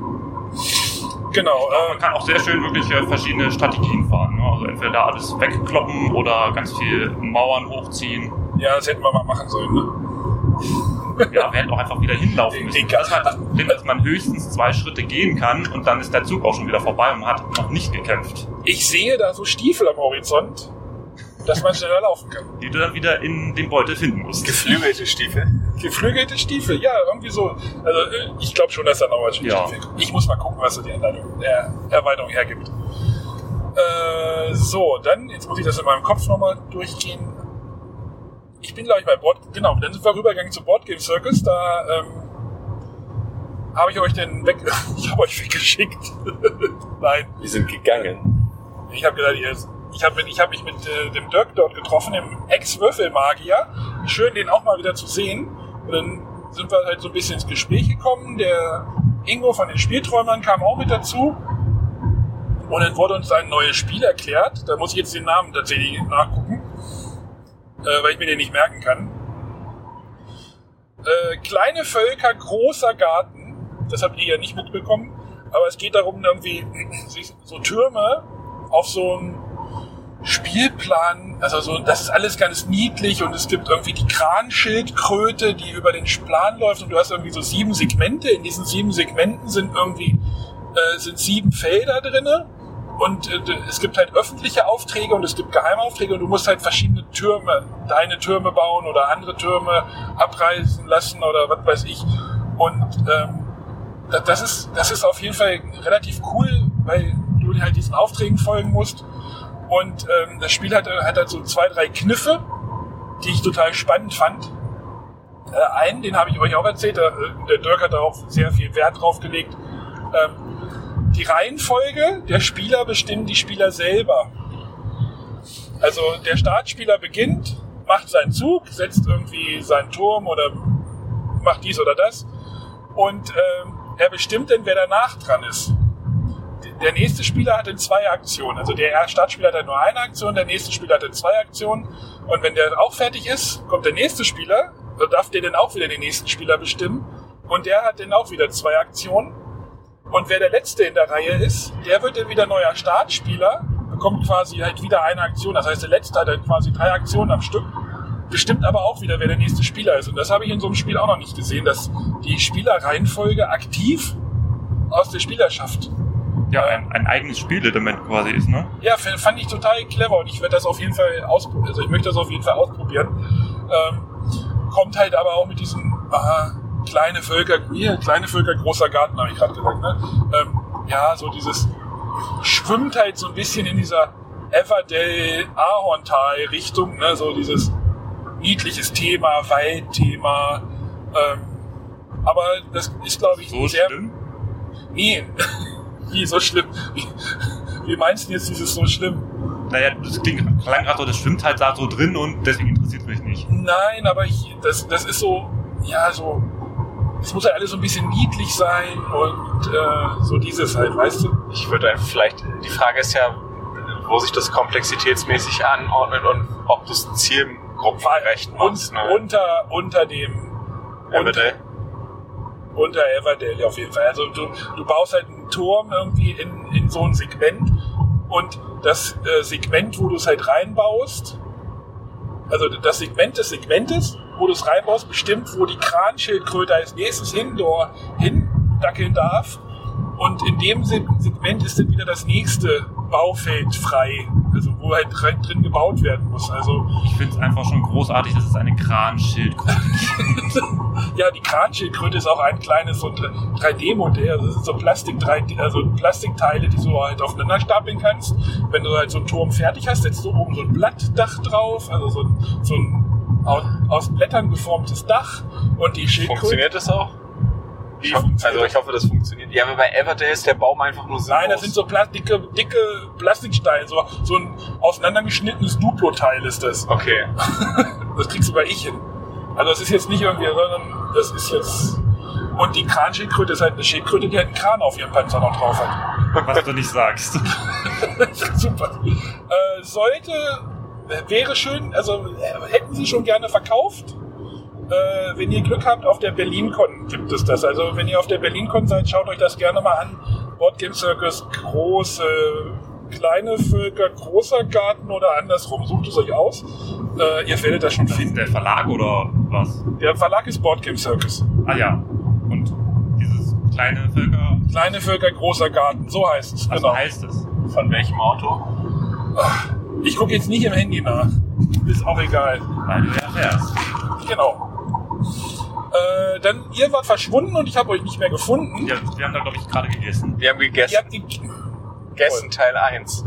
Genau.
Glaub, man kann auch sehr schön wirklich äh, verschiedene Strategien fahren. Ne? Also entweder alles wegkloppen oder ganz viel Mauern hochziehen.
Ja, das hätten wir mal machen sollen, ne?
Ja, wir hätten auch einfach wieder hinlaufen müssen. Das ist halt das Problem, dass man höchstens zwei Schritte gehen kann und dann ist der Zug auch schon wieder vorbei und man hat noch nicht gekämpft.
Ich sehe da so Stiefel am Horizont, dass man schneller laufen kann.
Die du dann wieder in den Beutel finden musst.
Geflügelte Stiefel.
Geflügelte Stiefel, ja, irgendwie so. Also ich glaube schon, dass da noch was
ja.
Stiefel kommt. Ich muss mal gucken, was so die Anleitung der Erweiterung hergibt. Äh, so, dann, jetzt muss ich das in meinem Kopf nochmal durchgehen. Ich bin, glaube ich, bei Board... Genau, dann sind wir rübergegangen zu Board Game Circus. Da ähm, habe ich euch den weg... ich habe euch weggeschickt. Nein.
Wir sind gegangen.
Ich habe gedacht, ihr... Ich habe ich hab mich mit äh, dem Dirk dort getroffen, dem Ex-Würfelmagier. Schön, den auch mal wieder zu sehen. Und dann sind wir halt so ein bisschen ins Gespräch gekommen. Der Ingo von den Spielträumern kam auch mit dazu. Und dann wurde uns ein neues Spiel erklärt. Da muss ich jetzt den Namen tatsächlich nachgucken, äh, weil ich mir den nicht merken kann. Äh, kleine Völker, großer Garten. Das habt ihr ja nicht mitbekommen. Aber es geht darum, irgendwie so Türme auf so einen Spielplan, also so, das ist alles ganz niedlich und es gibt irgendwie die Kranschildkröte, die über den Plan läuft und du hast irgendwie so sieben Segmente. In diesen sieben Segmenten sind irgendwie äh, sind sieben Felder drinne und äh, es gibt halt öffentliche Aufträge und es gibt Geheimaufträge und du musst halt verschiedene Türme, deine Türme bauen oder andere Türme abreißen lassen oder was weiß ich. Und ähm, das ist das ist auf jeden Fall relativ cool, weil du halt diesen Aufträgen folgen musst. Und ähm, das Spiel hat, hat halt so zwei, drei Kniffe, die ich total spannend fand. Äh, einen, den habe ich euch auch erzählt, der, der Dirk hat da auch sehr viel Wert drauf gelegt. Ähm, die Reihenfolge der Spieler bestimmen die Spieler selber. Also der Startspieler beginnt, macht seinen Zug, setzt irgendwie seinen Turm oder macht dies oder das. Und ähm, er bestimmt dann, wer danach dran ist. Der nächste Spieler hat dann zwei Aktionen. Also der Startspieler hat dann nur eine Aktion, der nächste Spieler hat dann zwei Aktionen. Und wenn der auch fertig ist, kommt der nächste Spieler, dann darf der dann auch wieder den nächsten Spieler bestimmen. Und der hat dann auch wieder zwei Aktionen. Und wer der Letzte in der Reihe ist, der wird dann wieder neuer Startspieler, bekommt quasi halt wieder eine Aktion. Das heißt, der Letzte hat dann quasi drei Aktionen am Stück, bestimmt aber auch wieder, wer der nächste Spieler ist. Und das habe ich in so einem Spiel auch noch nicht gesehen, dass die Spielerreihenfolge aktiv aus der Spielerschaft
ja, ein, ein eigenes Spielelement quasi ist, ne?
Ja, fand ich total clever und ich werde das auf jeden Fall ausprobieren. Also ich möchte das auf jeden Fall ausprobieren. Ähm, kommt halt aber auch mit diesem aha, kleine Völker, hier, kleine Völker, großer Garten, habe ich gerade gesagt, ne? Ähm, ja, so dieses schwimmt halt so ein bisschen in dieser Everdell Ahorntal-Richtung, ne? So dieses niedliches Thema, Waldthema. Ähm, aber das ist, glaube ich,
so
sehr...
schlimm?
Nee. Wie, so schlimm? Wie, wie meinst du jetzt dieses so schlimm?
Naja, das klingt, klang gerade so, das schwimmt halt da so drin und deswegen interessiert es mich nicht.
Nein, aber ich, das, das ist so, ja, so, es muss ja alles so ein bisschen niedlich sein und äh, so dieses halt, weißt du?
Ich würde einfach vielleicht, die Frage ist ja, wo sich das komplexitätsmäßig anordnet und ob das zielgruppengerecht machst.
Ne? Unter, unter dem...
Everdell?
Unter Everdell auf jeden Fall. Also du, du baust halt einen Turm irgendwie in, in so ein Segment und das äh, Segment, wo du es halt reinbaust, also das Segment des Segmentes, wo du es reinbaust, bestimmt, wo die Kranschildkröte als nächstes Hindor hindackeln darf und in dem Segment ist dann wieder das nächste Baufeld frei, also wo wo halt drin gebaut werden muss. Also
Ich finde es einfach schon großartig, dass es eine Kranschildkröte gibt.
ja, die Kranschildkröte ist auch ein kleines so drei D-Modell. Das sind so Plastik drei D, also Plastikteile, die du halt aufeinander stapeln kannst. Wenn du halt so einen Turm fertig hast, setzt du oben so ein Blattdach drauf, also so ein, so ein aus, aus Blättern geformtes Dach und die Schildkröte.
Funktioniert das auch?
Wie
Ich ho-
funktioniert
also ich hoffe, das funktioniert. Ja, aber bei Everdale ist der Baum einfach nur sinnlos.
Nein, das sind so Pla- dicke, dicke Plastiksteine, so, so ein auseinandergeschnittenes Duplo-Teil ist das.
Okay.
Das kriegst sogar ich hin. Also das ist jetzt nicht irgendwie, sondern das ist jetzt... Und die Kranschildkröte ist halt eine Schildkröte, die halt einen Kran auf ihrem Panzer noch drauf hat.
Was du nicht sagst.
Super. Äh, sollte, wäre schön, also äh, hätten Sie schon gerne verkauft? Äh, wenn ihr Glück habt, auf der BerlinCon gibt es das. Also wenn ihr auf der BerlinCon seid, schaut euch das gerne mal an. Board Game Circus, große, kleine Völker, großer Garten oder andersrum. Sucht es euch aus. Äh, ihr werdet das schon
Das ist
finden.
der Verlag oder was?
Der Verlag ist Board Game Circus.
Ah ja. Und dieses kleine Völker,
Kleine Völker, großer Garten, so heißt es.
also
Genau.
heißt es.
Von welchem Auto?
Ich gucke jetzt nicht im Handy nach. Ist auch egal.
Weil du ja fährst.
Genau. Äh, dann, ihr wart verschwunden und ich habe euch nicht mehr gefunden.
Ja, wir haben da, glaube ich, gerade gegessen.
Wir haben gegessen.
Ihr habt die,
Gegessen Teil eins.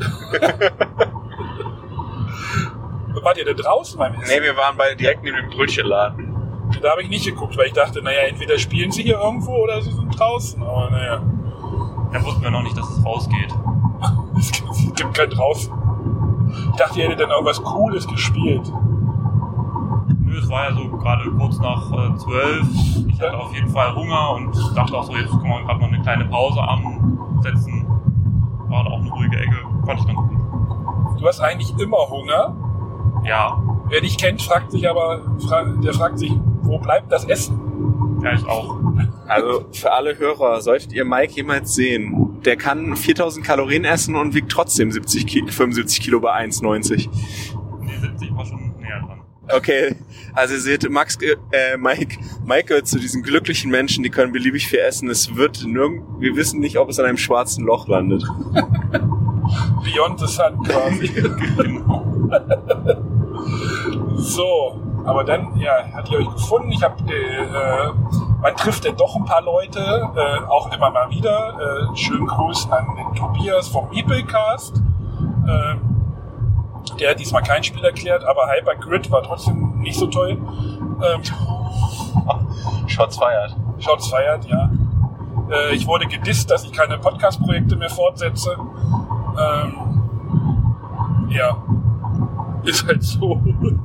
wart ihr da draußen beim Essen?
Nee, wir waren bei, direkt neben dem Brötchenladen.
Da habe ich nicht geguckt, weil ich dachte, naja, entweder spielen sie hier irgendwo oder sie sind draußen. Aber naja,
Da wussten wir noch nicht, dass es rausgeht.
es gibt, es gibt kein draußen. Ich dachte, ihr hättet dann irgendwas Cooles gespielt.
Nö, es war ja so gerade kurz nach äh, zwölf. Ich hatte auf jeden Fall Hunger und dachte auch so, jetzt können wir gerade noch eine kleine Pause ansetzen. War da auch eine ruhige Ecke. Fand ich ganz gut.
Du hast eigentlich immer Hunger.
Ja,
Wer dich kennt, fragt sich aber, fra- der fragt sich, wo bleibt das Essen?
ja, ich auch.
Also für alle Hörer, solltet ihr Mike jemals sehen, der kann viertausend Kalorien essen und wiegt trotzdem siebzig Ki- fünfundsiebzig Kilo bei eins neunzig.
Nee, siebzig war schon näher dran.
Okay, also ihr seht, Max, äh, Mike, Mike gehört zu diesen glücklichen Menschen, die können beliebig viel essen. Es wird nirgend, wir wissen nicht, ob es an einem schwarzen Loch landet.
Beyond the Sun quasi.
Genau.
So, aber dann, ja, hat ihr euch gefunden. Ich habe, äh, man trifft ja doch ein paar Leute, äh, auch immer mal wieder. Äh, schönen Grüßen an den Tobias vom Meeplecast. Äh, der hat diesmal kein Spiel erklärt, aber Hypergrid war trotzdem nicht so toll. Ähm,
Shots feiert.
Shots feiert, ja. Äh, ich wurde gedisst, dass ich keine Podcast-Projekte mehr fortsetze. Ähm, ja, ist halt so.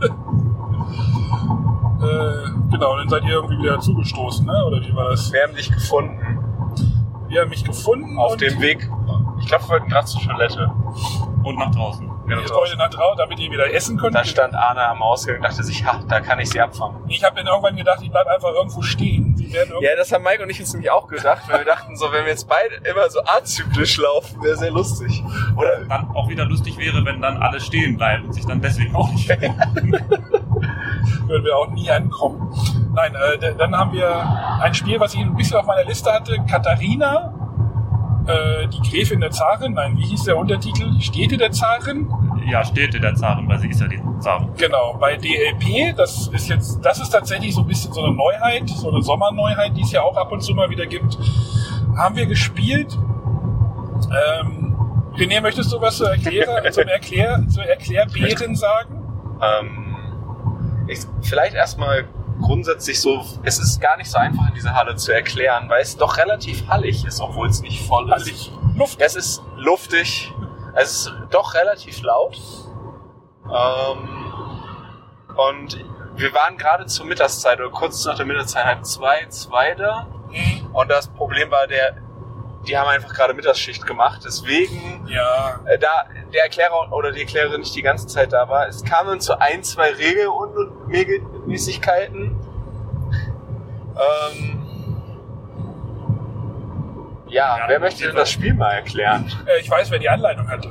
äh, genau, dann seid ihr irgendwie wieder zugestoßen, ne? Oder wie war das?
Wir haben dich gefunden.
Wir haben mich gefunden.
Auf
und
dem Weg, ich glaube, wir wollten gerade zur Toilette.
Und nach draußen.
Genau,
Ihr wollt nach draußen, damit ihr wieder essen könnt.
Da stand Arne am Ausgang und dachte sich, ha, da kann ich sie abfangen.
Ich habe dann irgendwann gedacht, ich bleib einfach irgendwo stehen. Sie werden irgendwo
Ja, das haben Mike und ich uns nämlich auch gedacht, weil wir dachten so, wenn wir jetzt beide immer so azyklisch laufen, wäre sehr lustig. Oder
Dann auch wieder lustig wäre, wenn dann alle stehen bleiben und sich dann deswegen auch nicht
würden wir auch nie ankommen. Nein, äh, d- dann haben wir ein Spiel, was ich ein bisschen auf meiner Liste hatte. Katharina, äh, die Gräfin der Zarin. Nein, wie hieß der Untertitel? Städte der Zarin?
Ja, Städte der Zarin, weil sie ist ja die Zarin.
Genau, bei D L P, das ist jetzt, das ist tatsächlich so ein bisschen so eine Neuheit, so eine Sommerneuheit, die es ja auch ab und zu mal wieder gibt. Haben wir gespielt. Ähm, René, möchtest du was zur Erklärer, zum Erklär, zur Erklärbären sagen?
ähm, ich, vielleicht erstmal grundsätzlich so, es ist gar nicht so einfach in dieser Halle zu erklären, weil es doch relativ hallig ist, obwohl es nicht voll ist.
Hallig. Luft.
Es ist luftig, es ist doch relativ laut. Ähm, und wir waren gerade zur Mittagszeit oder kurz nach der Mittagszeit halb zwei, zwei da. Und das Problem war, der, die haben einfach gerade Mittagsschicht gemacht. Deswegen,
Ja,
äh, da der Erklärer oder die Erklärerin nicht die ganze Zeit da war, es kamen zu ein, zwei Regelmäßigkeiten. Ähm, ja,
Ja,
wer möchte denn das Spiel mal erklären?
äh, ich weiß, wer die Anleitung hatte.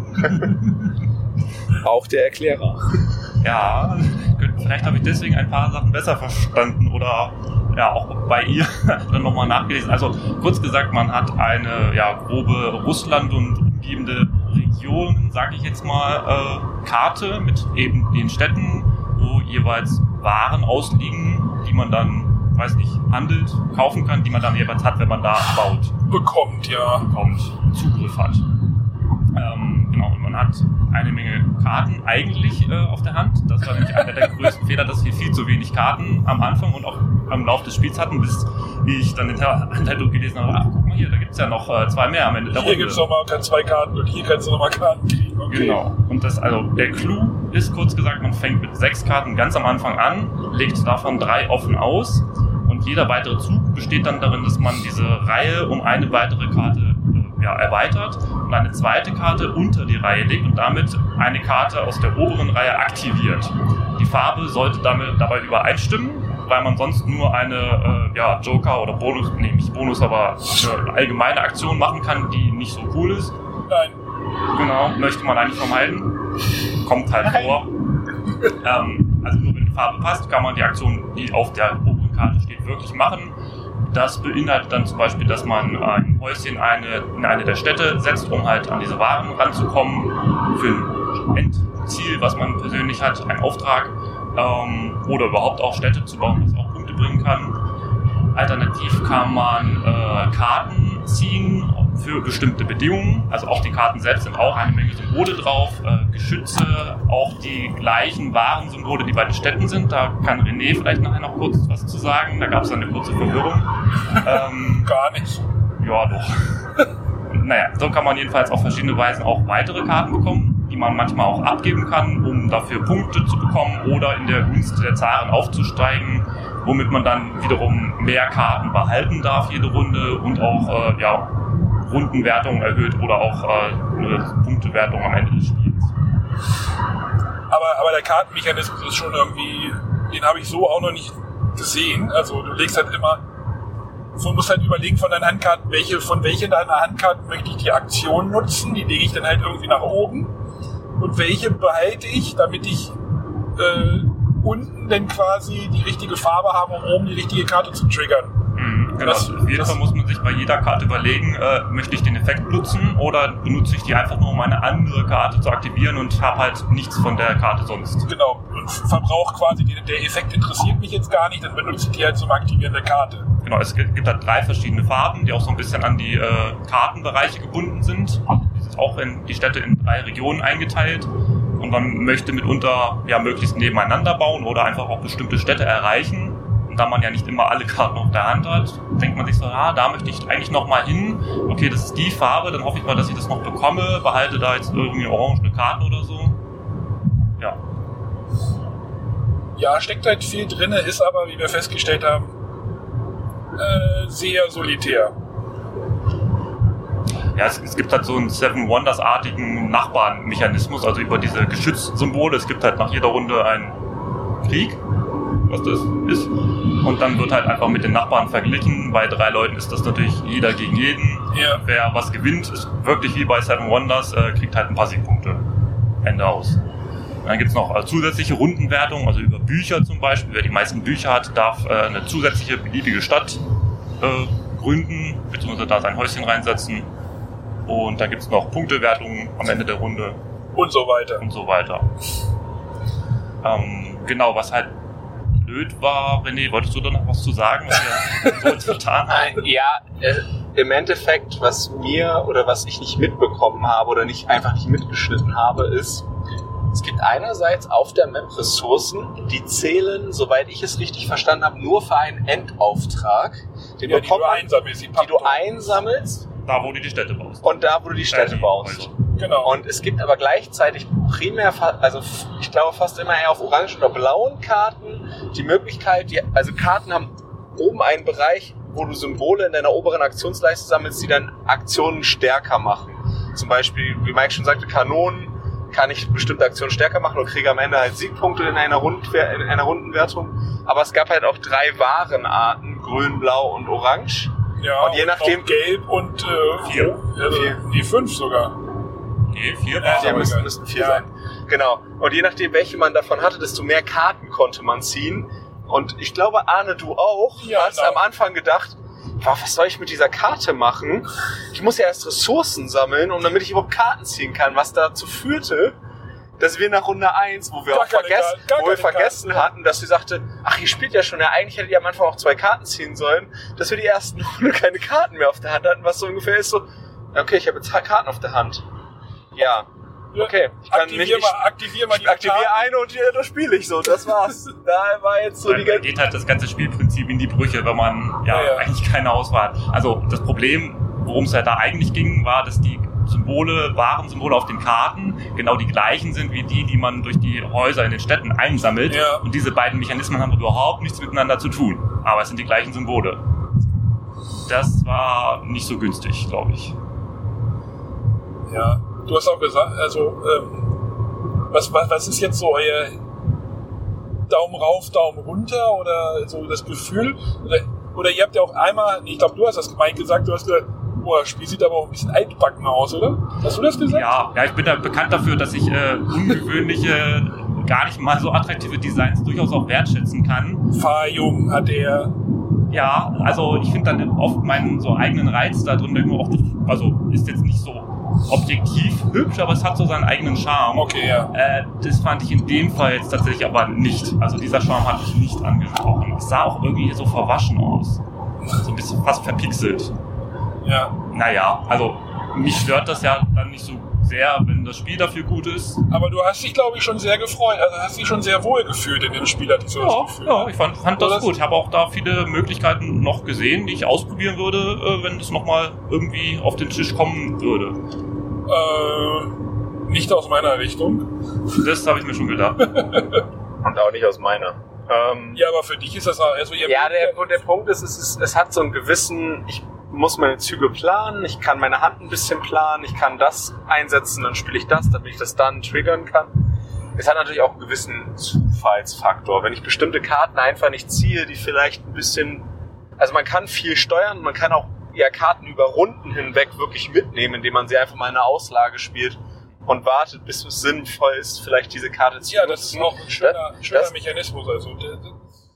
Auch der Erklärer.
Ja, vielleicht habe ich deswegen ein paar Sachen besser verstanden oder ja auch bei ihr dann nochmal nachgelesen. Also kurz gesagt, man hat eine ja, grobe Russland und umgebende Regionen, sage ich jetzt mal, äh, Karte mit eben den Städten, wo jeweils Waren ausliegen, die man dann, weiß nicht, handelt, kaufen kann, die man dann jeweils hat, wenn man da baut.
Bekommt, ja.
Bekommt, Zugriff hat. Ähm, genau, und man hat eine Menge Karten eigentlich äh, auf der Hand. Das war nämlich einer der größten Fehler, dass wir viel zu wenig Karten am Anfang und auch am Laufe des Spiels hatten, bis ich dann in der Anleitung gelesen habe, ach, guck mal hier, da gibt es ja noch äh, zwei mehr am Ende der
Hier
Runde.
gibt es nochmal zwei Karten und hier kannst du nochmal Karten kriegen. Okay.
Genau. Und das, also der Clou ist, kurz gesagt, man fängt mit sechs Karten ganz am Anfang an, legt davon drei offen aus und jeder weitere Zug besteht dann darin, dass man diese Reihe um eine weitere Karte äh, ja, erweitert und eine zweite Karte unter die Reihe legt und damit eine Karte aus der oberen Reihe aktiviert. Die Farbe sollte damit dabei übereinstimmen, weil man sonst nur eine äh, ja, Joker oder Bonus, nee, nicht Bonus, aber eine allgemeine Aktion machen kann, die nicht so cool ist.
Nein.
Genau, möchte man eigentlich vermeiden. Kommt halt Nein. vor. Ähm, also nur wenn die Farbe passt, kann man die Aktion, die auf der oberen Karte steht, wirklich machen. Das beinhaltet dann zum Beispiel, dass man ein Häuschen eine, in eine der Städte setzt, um halt an diese Waren ranzukommen für ein Endziel, was man persönlich hat, einen Auftrag. Ähm, oder überhaupt auch Städte zu bauen, was auch Punkte bringen kann. Alternativ kann man äh, Karten ziehen für bestimmte Bedingungen. Also auch die Karten selbst sind auch eine Menge Symbole drauf, äh, Geschütze, auch die gleichen Warensymbole, die bei den Städten sind. Da kann René vielleicht nachher noch kurz was zu sagen. Da gab es eine kurze Verwirrung. Ähm,
Gar nicht.
Ja, doch. Naja, so kann man jedenfalls auf verschiedene Weisen auch weitere Karten bekommen, die man manchmal auch abgeben kann, um dafür Punkte zu bekommen oder in der Gunst der Zaren aufzusteigen, womit man dann wiederum mehr Karten behalten darf jede Runde und auch äh, ja, Rundenwertung erhöht oder auch äh, eine Punktewertung am Ende des Spiels.
Aber, aber der Kartenmechanismus ist schon irgendwie, den habe ich so auch noch nicht gesehen. Also du legst halt immer, du musst halt überlegen von deinen Handkarten, welche, von welchen deiner Handkarten möchte ich die Aktion nutzen, die lege ich dann halt irgendwie nach oben. Und welche behalte ich, damit ich äh, unten dann quasi die richtige Farbe habe, um oben die richtige Karte zu triggern.
Mhm, genau. Das, Auf jeden Fall muss man sich bei jeder Karte überlegen, äh, möchte ich den Effekt nutzen oder benutze ich die einfach nur, um eine andere Karte zu aktivieren und habe halt nichts von der Karte sonst.
Genau, und Verbrauch quasi, der Effekt interessiert mich jetzt gar nicht, dann benutze ich die halt zum Aktivieren der Karte.
Genau, es gibt halt drei verschiedene Farben, die auch so ein bisschen an die äh, Kartenbereiche gebunden sind. Die sind auch in die Städte in drei Regionen eingeteilt. Und man möchte mitunter ja möglichst nebeneinander bauen oder einfach auch bestimmte Städte erreichen. Und da man ja nicht immer alle Karten auf der Hand hat, denkt man sich so, ah, da möchte ich eigentlich noch mal hin. Okay, das ist die Farbe, dann hoffe ich mal, dass ich das noch bekomme. Behalte da jetzt irgendwie orange Karten oder so. Ja.
Ja, steckt halt viel drin, ist aber, wie wir festgestellt haben, äh, sehr solitär.
Ja, es, es gibt halt so einen Seven Wonders-artigen Nachbarmechanismus, also über diese Geschützsymbole. Es gibt halt nach jeder Runde einen Krieg, was das ist. Und dann wird halt einfach mit den Nachbarn verglichen. Bei drei Leuten ist das natürlich jeder gegen jeden.
Ja.
Wer was gewinnt, ist wirklich wie bei Seven Wonders, äh, kriegt halt ein paar Siegpunkte. Ende aus. Und dann gibt es noch äh, zusätzliche Rundenwertungen, also über Bücher zum Beispiel. Wer die meisten Bücher hat, darf äh, eine zusätzliche beliebige Stadt äh, gründen, beziehungsweise da sein Häuschen reinsetzen. Und dann gibt es noch Punktewertungen am Ende der Runde.
Und so weiter.
Und so weiter. Ähm, genau, was halt blöd war, René, wolltest du da noch was zu sagen, was wir so jetzt vertan haben?
Ja, äh, im Endeffekt, was mir oder was ich nicht mitbekommen habe oder nicht einfach nicht mitgeschnitten habe, ist, es gibt einerseits auf der Map Ressourcen, die zählen, soweit ich es richtig verstanden habe, nur für einen Endauftrag. Den
ja,
bekommt
die du
man,
einsammelst. Die,
die du einsammelst.
Da, wo du die Städte baust.
Und da, wo du die Städte
die
baust.
Häuser.
Genau.
Und es gibt aber gleichzeitig primär, also ich glaube fast immer eher auf orangen oder blauen Karten die Möglichkeit, die, also Karten haben oben einen Bereich, wo du Symbole in deiner oberen Aktionsleiste sammelst, die dann Aktionen stärker machen. Zum Beispiel, wie Mike schon sagte, Kanonen kann ich bestimmte Aktionen stärker machen und kriege am Ende halt Siegpunkte in einer, Rundwer- in einer Rundenwertung. Aber es gab halt auch drei Warenarten, grün, blau und orange.
Ja,
und je nachdem
gelb und äh,
vier.
Also, nee, fünf sogar.
Nee, vier
Ja,
Ja,
aber
müssen,
egal.
müssen vier
Ja.
sein. Genau. Und je nachdem, welche man davon hatte, desto mehr Karten konnte man ziehen. Und ich glaube, Arne, du auch,
Ja,
hast
genau.
am Anfang gedacht, was soll ich mit dieser Karte machen? Ich muss ja erst Ressourcen sammeln, um damit ich überhaupt Karten ziehen kann, was dazu führte, dass wir nach Runde eins, wo wir
Gar
auch
keine
vergessen,
Karten, gar
wo wir
keine
vergessen
Karten.
hatten, dass sie sagte, ach, ihr spielt ja schon, ja, eigentlich hättet ihr am Anfang auch zwei Karten ziehen sollen, dass wir die ersten Runde keine Karten mehr auf der Hand hatten, was so ungefähr ist so, okay, ich habe jetzt zwei Karten auf der Hand. Ja, okay, ich kann
aktivier
nicht, ich,
mal, aktivier mal
ich
die
aktiviere
Karten.
eine und die, das spiele ich so, das war's. Da war jetzt so die
Da
ganze...
geht halt das ganze Spielprinzip in die Brüche, wenn man ja,
Ja, ja.
eigentlich keine Auswahl hat. Also das Problem, worum es halt da eigentlich ging, war, dass die Symbole, Warensymbole auf den Karten genau die gleichen sind wie die, die man durch die Häuser in den Städten einsammelt.
Ja.
Und diese beiden Mechanismen haben überhaupt nichts miteinander zu tun. Aber es sind die gleichen Symbole. Das war nicht so günstig, glaube ich.
Ja, du hast auch gesagt, also, ähm, was, was, was ist jetzt so euer Daumen rauf, Daumen runter oder so das Gefühl? Oder, oder ihr habt ja auch einmal, ich glaube, du hast das gemeint gesagt, du hast gesagt, boah, das Spiel sieht aber auch ein bisschen altbacken aus, oder? Hast du das gesagt?
Ja, ja, ich bin da bekannt dafür, dass ich äh, ungewöhnliche, gar nicht mal so attraktive Designs durchaus auch wertschätzen kann.
Fahrjung hat er.
Ja, also ich finde dann oft meinen so eigenen Reiz da drin, denke mir auch, das, also ist jetzt nicht so objektiv hübsch, aber es hat so seinen eigenen Charme.
Okay, ja.
Äh, das fand ich in dem Fall jetzt tatsächlich aber nicht. Also dieser Charme hat mich nicht angesprochen. Es sah auch irgendwie so verwaschen aus. So ein bisschen fast verpixelt.
Ja.
Naja, also mich stört das ja dann nicht so sehr, wenn das Spiel dafür gut ist.
Aber du hast dich, glaube ich, schon sehr gefreut, also hast dich schon sehr wohl gefühlt in dem Spiel, hatte ich so
Ja,
das Gefühl.
ja, ich fand, fand das
Oder
gut. Ich habe auch da viele Möglichkeiten noch gesehen, die ich ausprobieren würde, äh, wenn es nochmal irgendwie auf den Tisch kommen würde.
Äh, nicht aus meiner Richtung.
Das habe ich mir schon gedacht.
Und auch nicht aus meiner. Ähm,
Ja, aber für dich ist das auch, also ihr
ja, der, der Punkt ist, es, ist, es hat so einen gewissen, ich muss meine Züge planen, ich kann meine Hand ein bisschen planen, ich kann das einsetzen, dann spiele ich das, damit ich das dann triggern kann. Es hat natürlich auch einen gewissen Zufallsfaktor. Wenn ich bestimmte Karten einfach nicht ziehe, die vielleicht ein bisschen, also man kann viel steuern, man kann auch eher Karten über Runden hinweg wirklich mitnehmen, indem man sie einfach mal in einer Auslage spielt und wartet, bis es sinnvoll ist, vielleicht diese Karte zu
Ja, das ist auch ein schöner,
Das-
schöner
das-
Mechanismus. Also, der- der-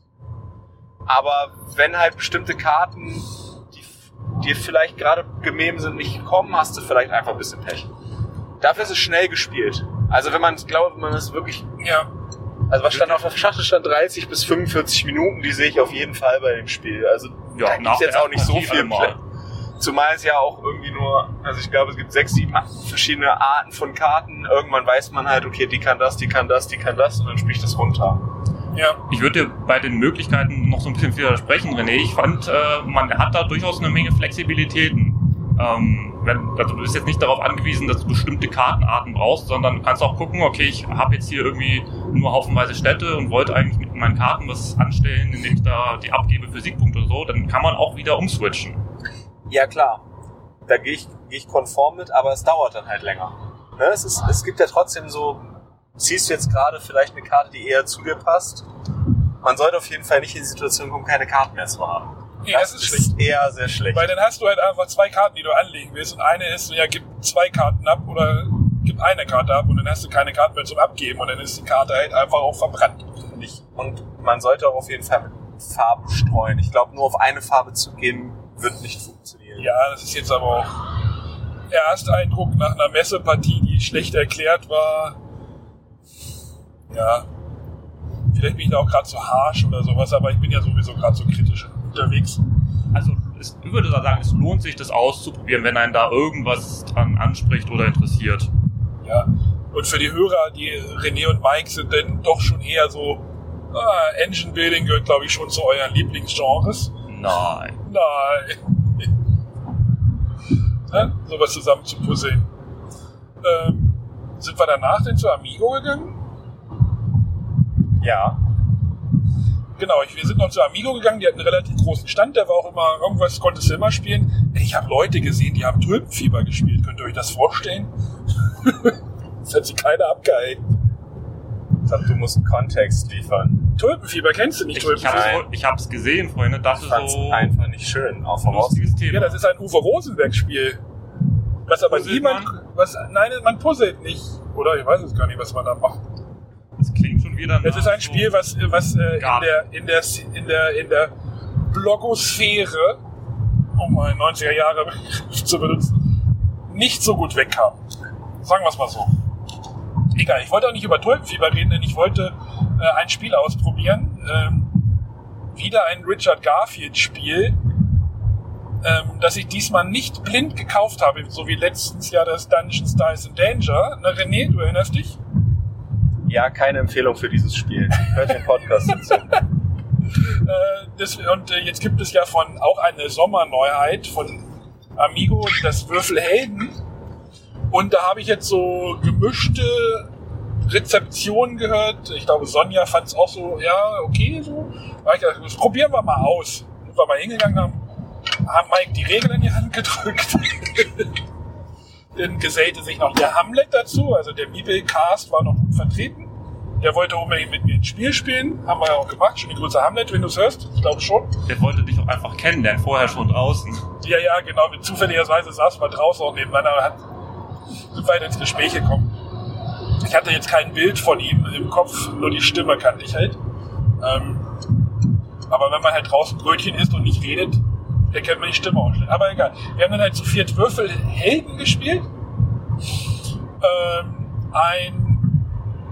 Aber wenn halt bestimmte Karten, die dir vielleicht gerade gemein sind, nicht kommen, hast du vielleicht einfach ein bisschen Pech. Dafür ist es schnell gespielt. Also wenn man es glaubt, wenn man es wirklich...
ja.
Also was stand auf der Schachtel stand dreißig bis fünfundvierzig Minuten, die sehe ich auf jeden Fall bei dem Spiel. Also
Ja,
da
nach
gibt es jetzt
der
auch nicht so
Partie
viel
einmal.
Play. Zumal es ja auch irgendwie nur, also ich glaube es gibt sechs, sieben, acht verschiedene Arten von Karten. Irgendwann weiß man halt, okay, die kann das, die kann das, die kann das und dann spielt das runter.
Ja.
Ich würde dir bei den Möglichkeiten noch so ein bisschen widersprechen, René. Ich fand, äh, man hat da durchaus eine Menge Flexibilitäten. Ähm, wenn, also du bist jetzt nicht darauf angewiesen, dass du bestimmte Kartenarten brauchst, sondern du kannst auch gucken, okay, ich habe jetzt hier irgendwie nur haufenweise Städte und wollte eigentlich mit meinen Karten was anstellen, indem ich da die abgebe für Siegpunkte oder so, dann kann man auch wieder umswitchen.
Ja klar, da gehe ich, geh ich konform mit, aber es dauert dann halt länger. Ne? Es, ist, es gibt ja trotzdem so, ziehst du jetzt gerade vielleicht eine Karte, die eher zu dir passt. Man sollte auf jeden Fall nicht in die Situation kommen, keine Karten mehr zu haben.
Nee,
das,
das ist schlecht.
eher sehr schlecht.
Weil dann hast du halt einfach zwei Karten, die du anlegen willst. Und eine ist, ja, gib zwei Karten ab oder gib eine Karte ab und dann hast du keine Karten mehr zum Abgeben und dann ist die Karte halt einfach auch verbrannt.
Nicht. Und man sollte auch auf jeden Fall mit Farben streuen. Ich glaube, nur auf eine Farbe zu gehen, wird nicht funktionieren.
Ja, das ist jetzt aber auch Ersteindruck nach einer Messepartie, die schlecht erklärt war. Ja, vielleicht bin ich da auch gerade so harsh oder sowas, aber ich bin ja sowieso gerade so kritisch unterwegs.
Also es, ich würde sagen, es lohnt sich, das auszuprobieren, wenn einen da irgendwas dran anspricht oder interessiert.
Ja, und für die Hörer, die René und Mike sind dann doch schon eher so, ah, Engine Building gehört, glaube ich, schon zu euren Lieblingsgenres.
Nein.
Nein. Ja, sowas zusammen zu puzzeln. Ähm, sind wir danach denn zu Amigo gegangen?
Ja.
Genau, ich, wir sind noch zu Amigo gegangen, die hatten einen relativ großen Stand, der war auch immer, irgendwas konntest du immer spielen. Ich habe Leute gesehen, die haben Tulpenfieber gespielt, könnt ihr euch das vorstellen? Das hat sich keiner abgehalten.
Ich glaube, du musst einen Kontext liefern.
Tulpenfieber, kennst du nicht
Ich, ich
Tulpenfieber?
hab's, ich hab's gesehen, Freunde, dachte
Ich fand's
so,
einfach nicht schön. Auch voraus.
lustiges Thema.
Ja, das ist ein Uwe Rosenberg-Spiel. Was aber
Puzzelt
niemand,
man?
was, nein, man puzzelt nicht. Oder ich weiß es gar nicht, was man da macht.
Das klingt schon wieder
Es
nach
ist ein
so-
Spiel, was, was äh, in,
Garten.
der, in, der, in, der, in der Blogosphäre um einen neunziger Jahre zu benutzen, nicht so gut wegkam. Sagen wir es mal so. Egal, ich wollte auch nicht über Tulpenfieber reden, denn ich wollte äh, ein Spiel ausprobieren. Ähm, wieder ein Richard Garfield-Spiel, ähm, das ich diesmal nicht blind gekauft habe, so wie letztens ja das Dungeons, Dice and Danger. Na René, du erinnerst dich?
Ja, keine Empfehlung für dieses Spiel. Hört den Podcast dazu.
äh, das, und äh, jetzt gibt es ja von auch eine Sommerneuheit von Amigo, das Würfelhelden. Und da habe ich jetzt so gemischte Rezeptionen gehört. Ich glaube, Sonja fand es auch so, ja, okay, so. Da hab ich gedacht, das probieren wir mal aus. Sind wir mal hingegangen haben, haben Mike die Regeln in die Hand gedrückt. Dann gesellte sich noch der Hamlet dazu, also der Bibelcast war noch gut vertreten. Der wollte unbedingt mit mir ein Spiel spielen, haben wir ja auch gemacht. Schöne Grüße Hamlet, wenn du es hörst, ich glaube schon.
Der wollte dich auch einfach kennenlernen, vorher schon draußen.
Ja, ja, genau, zufälligerweise saß man draußen auch nebeneinander, aber hat sind weiter ins Gespräch gekommen. Ich hatte jetzt kein Bild von ihm im Kopf, nur die Stimme kannte ich halt. Ähm, aber wenn man halt draußen Brötchen isst und nicht redet, dann kennt man die Stimme auch schlecht. Aber egal. Wir haben dann halt zu viert Würfelhelden gespielt. Ähm, ein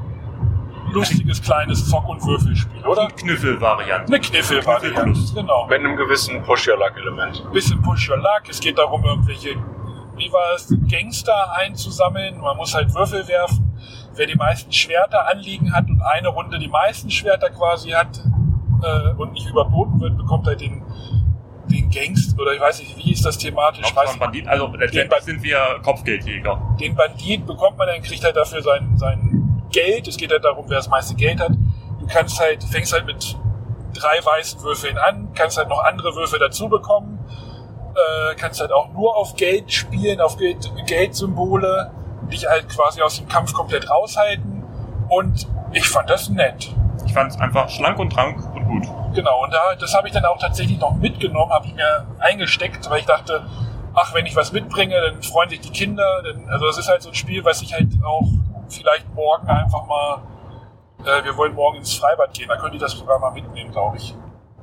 lustiges kleines Zock- und Würfelspiel, oder?
Eine Kniffel-Variante.
Eine Kniffel-Variante,
Kniffel
genau.
Mit einem gewissen Push-Your-Luck-Element.
Ein bisschen Push-Your-Luck. Es geht darum, irgendwelche, wie war es, Gangster einzusammeln. Man muss halt Würfel werfen. Wer die meisten Schwerter anliegen hat und eine Runde die meisten Schwerter quasi hat äh, und nicht überboten wird, bekommt halt den, den Gangster, oder ich weiß nicht, wie ist das thematisch?
Auch von Bandit, also letztendlich
Ba-
sind wir Kopfgeldjäger.
Den Bandit bekommt man, dann kriegt halt dafür sein, sein Geld. Es geht halt darum, wer das meiste Geld hat. Du kannst halt, fängst halt mit drei weißen Würfeln an, kannst halt noch andere Würfel dazu bekommen, äh, kannst halt auch nur auf Geld spielen, auf Geld, Geldsymbole, dich halt quasi aus dem Kampf komplett raushalten. Und ich fand das nett.
Ich fand es einfach schlank und trank und gut.
Genau, und da, das habe ich dann auch tatsächlich noch mitgenommen, habe ich mir eingesteckt, weil ich dachte, ach, wenn ich was mitbringe, dann freuen sich die Kinder. Denn, also das ist halt so ein Spiel, was ich halt auch vielleicht morgen einfach mal, äh, wir wollen morgen ins Freibad gehen, da könnte ich das sogar mal mitnehmen, glaube ich.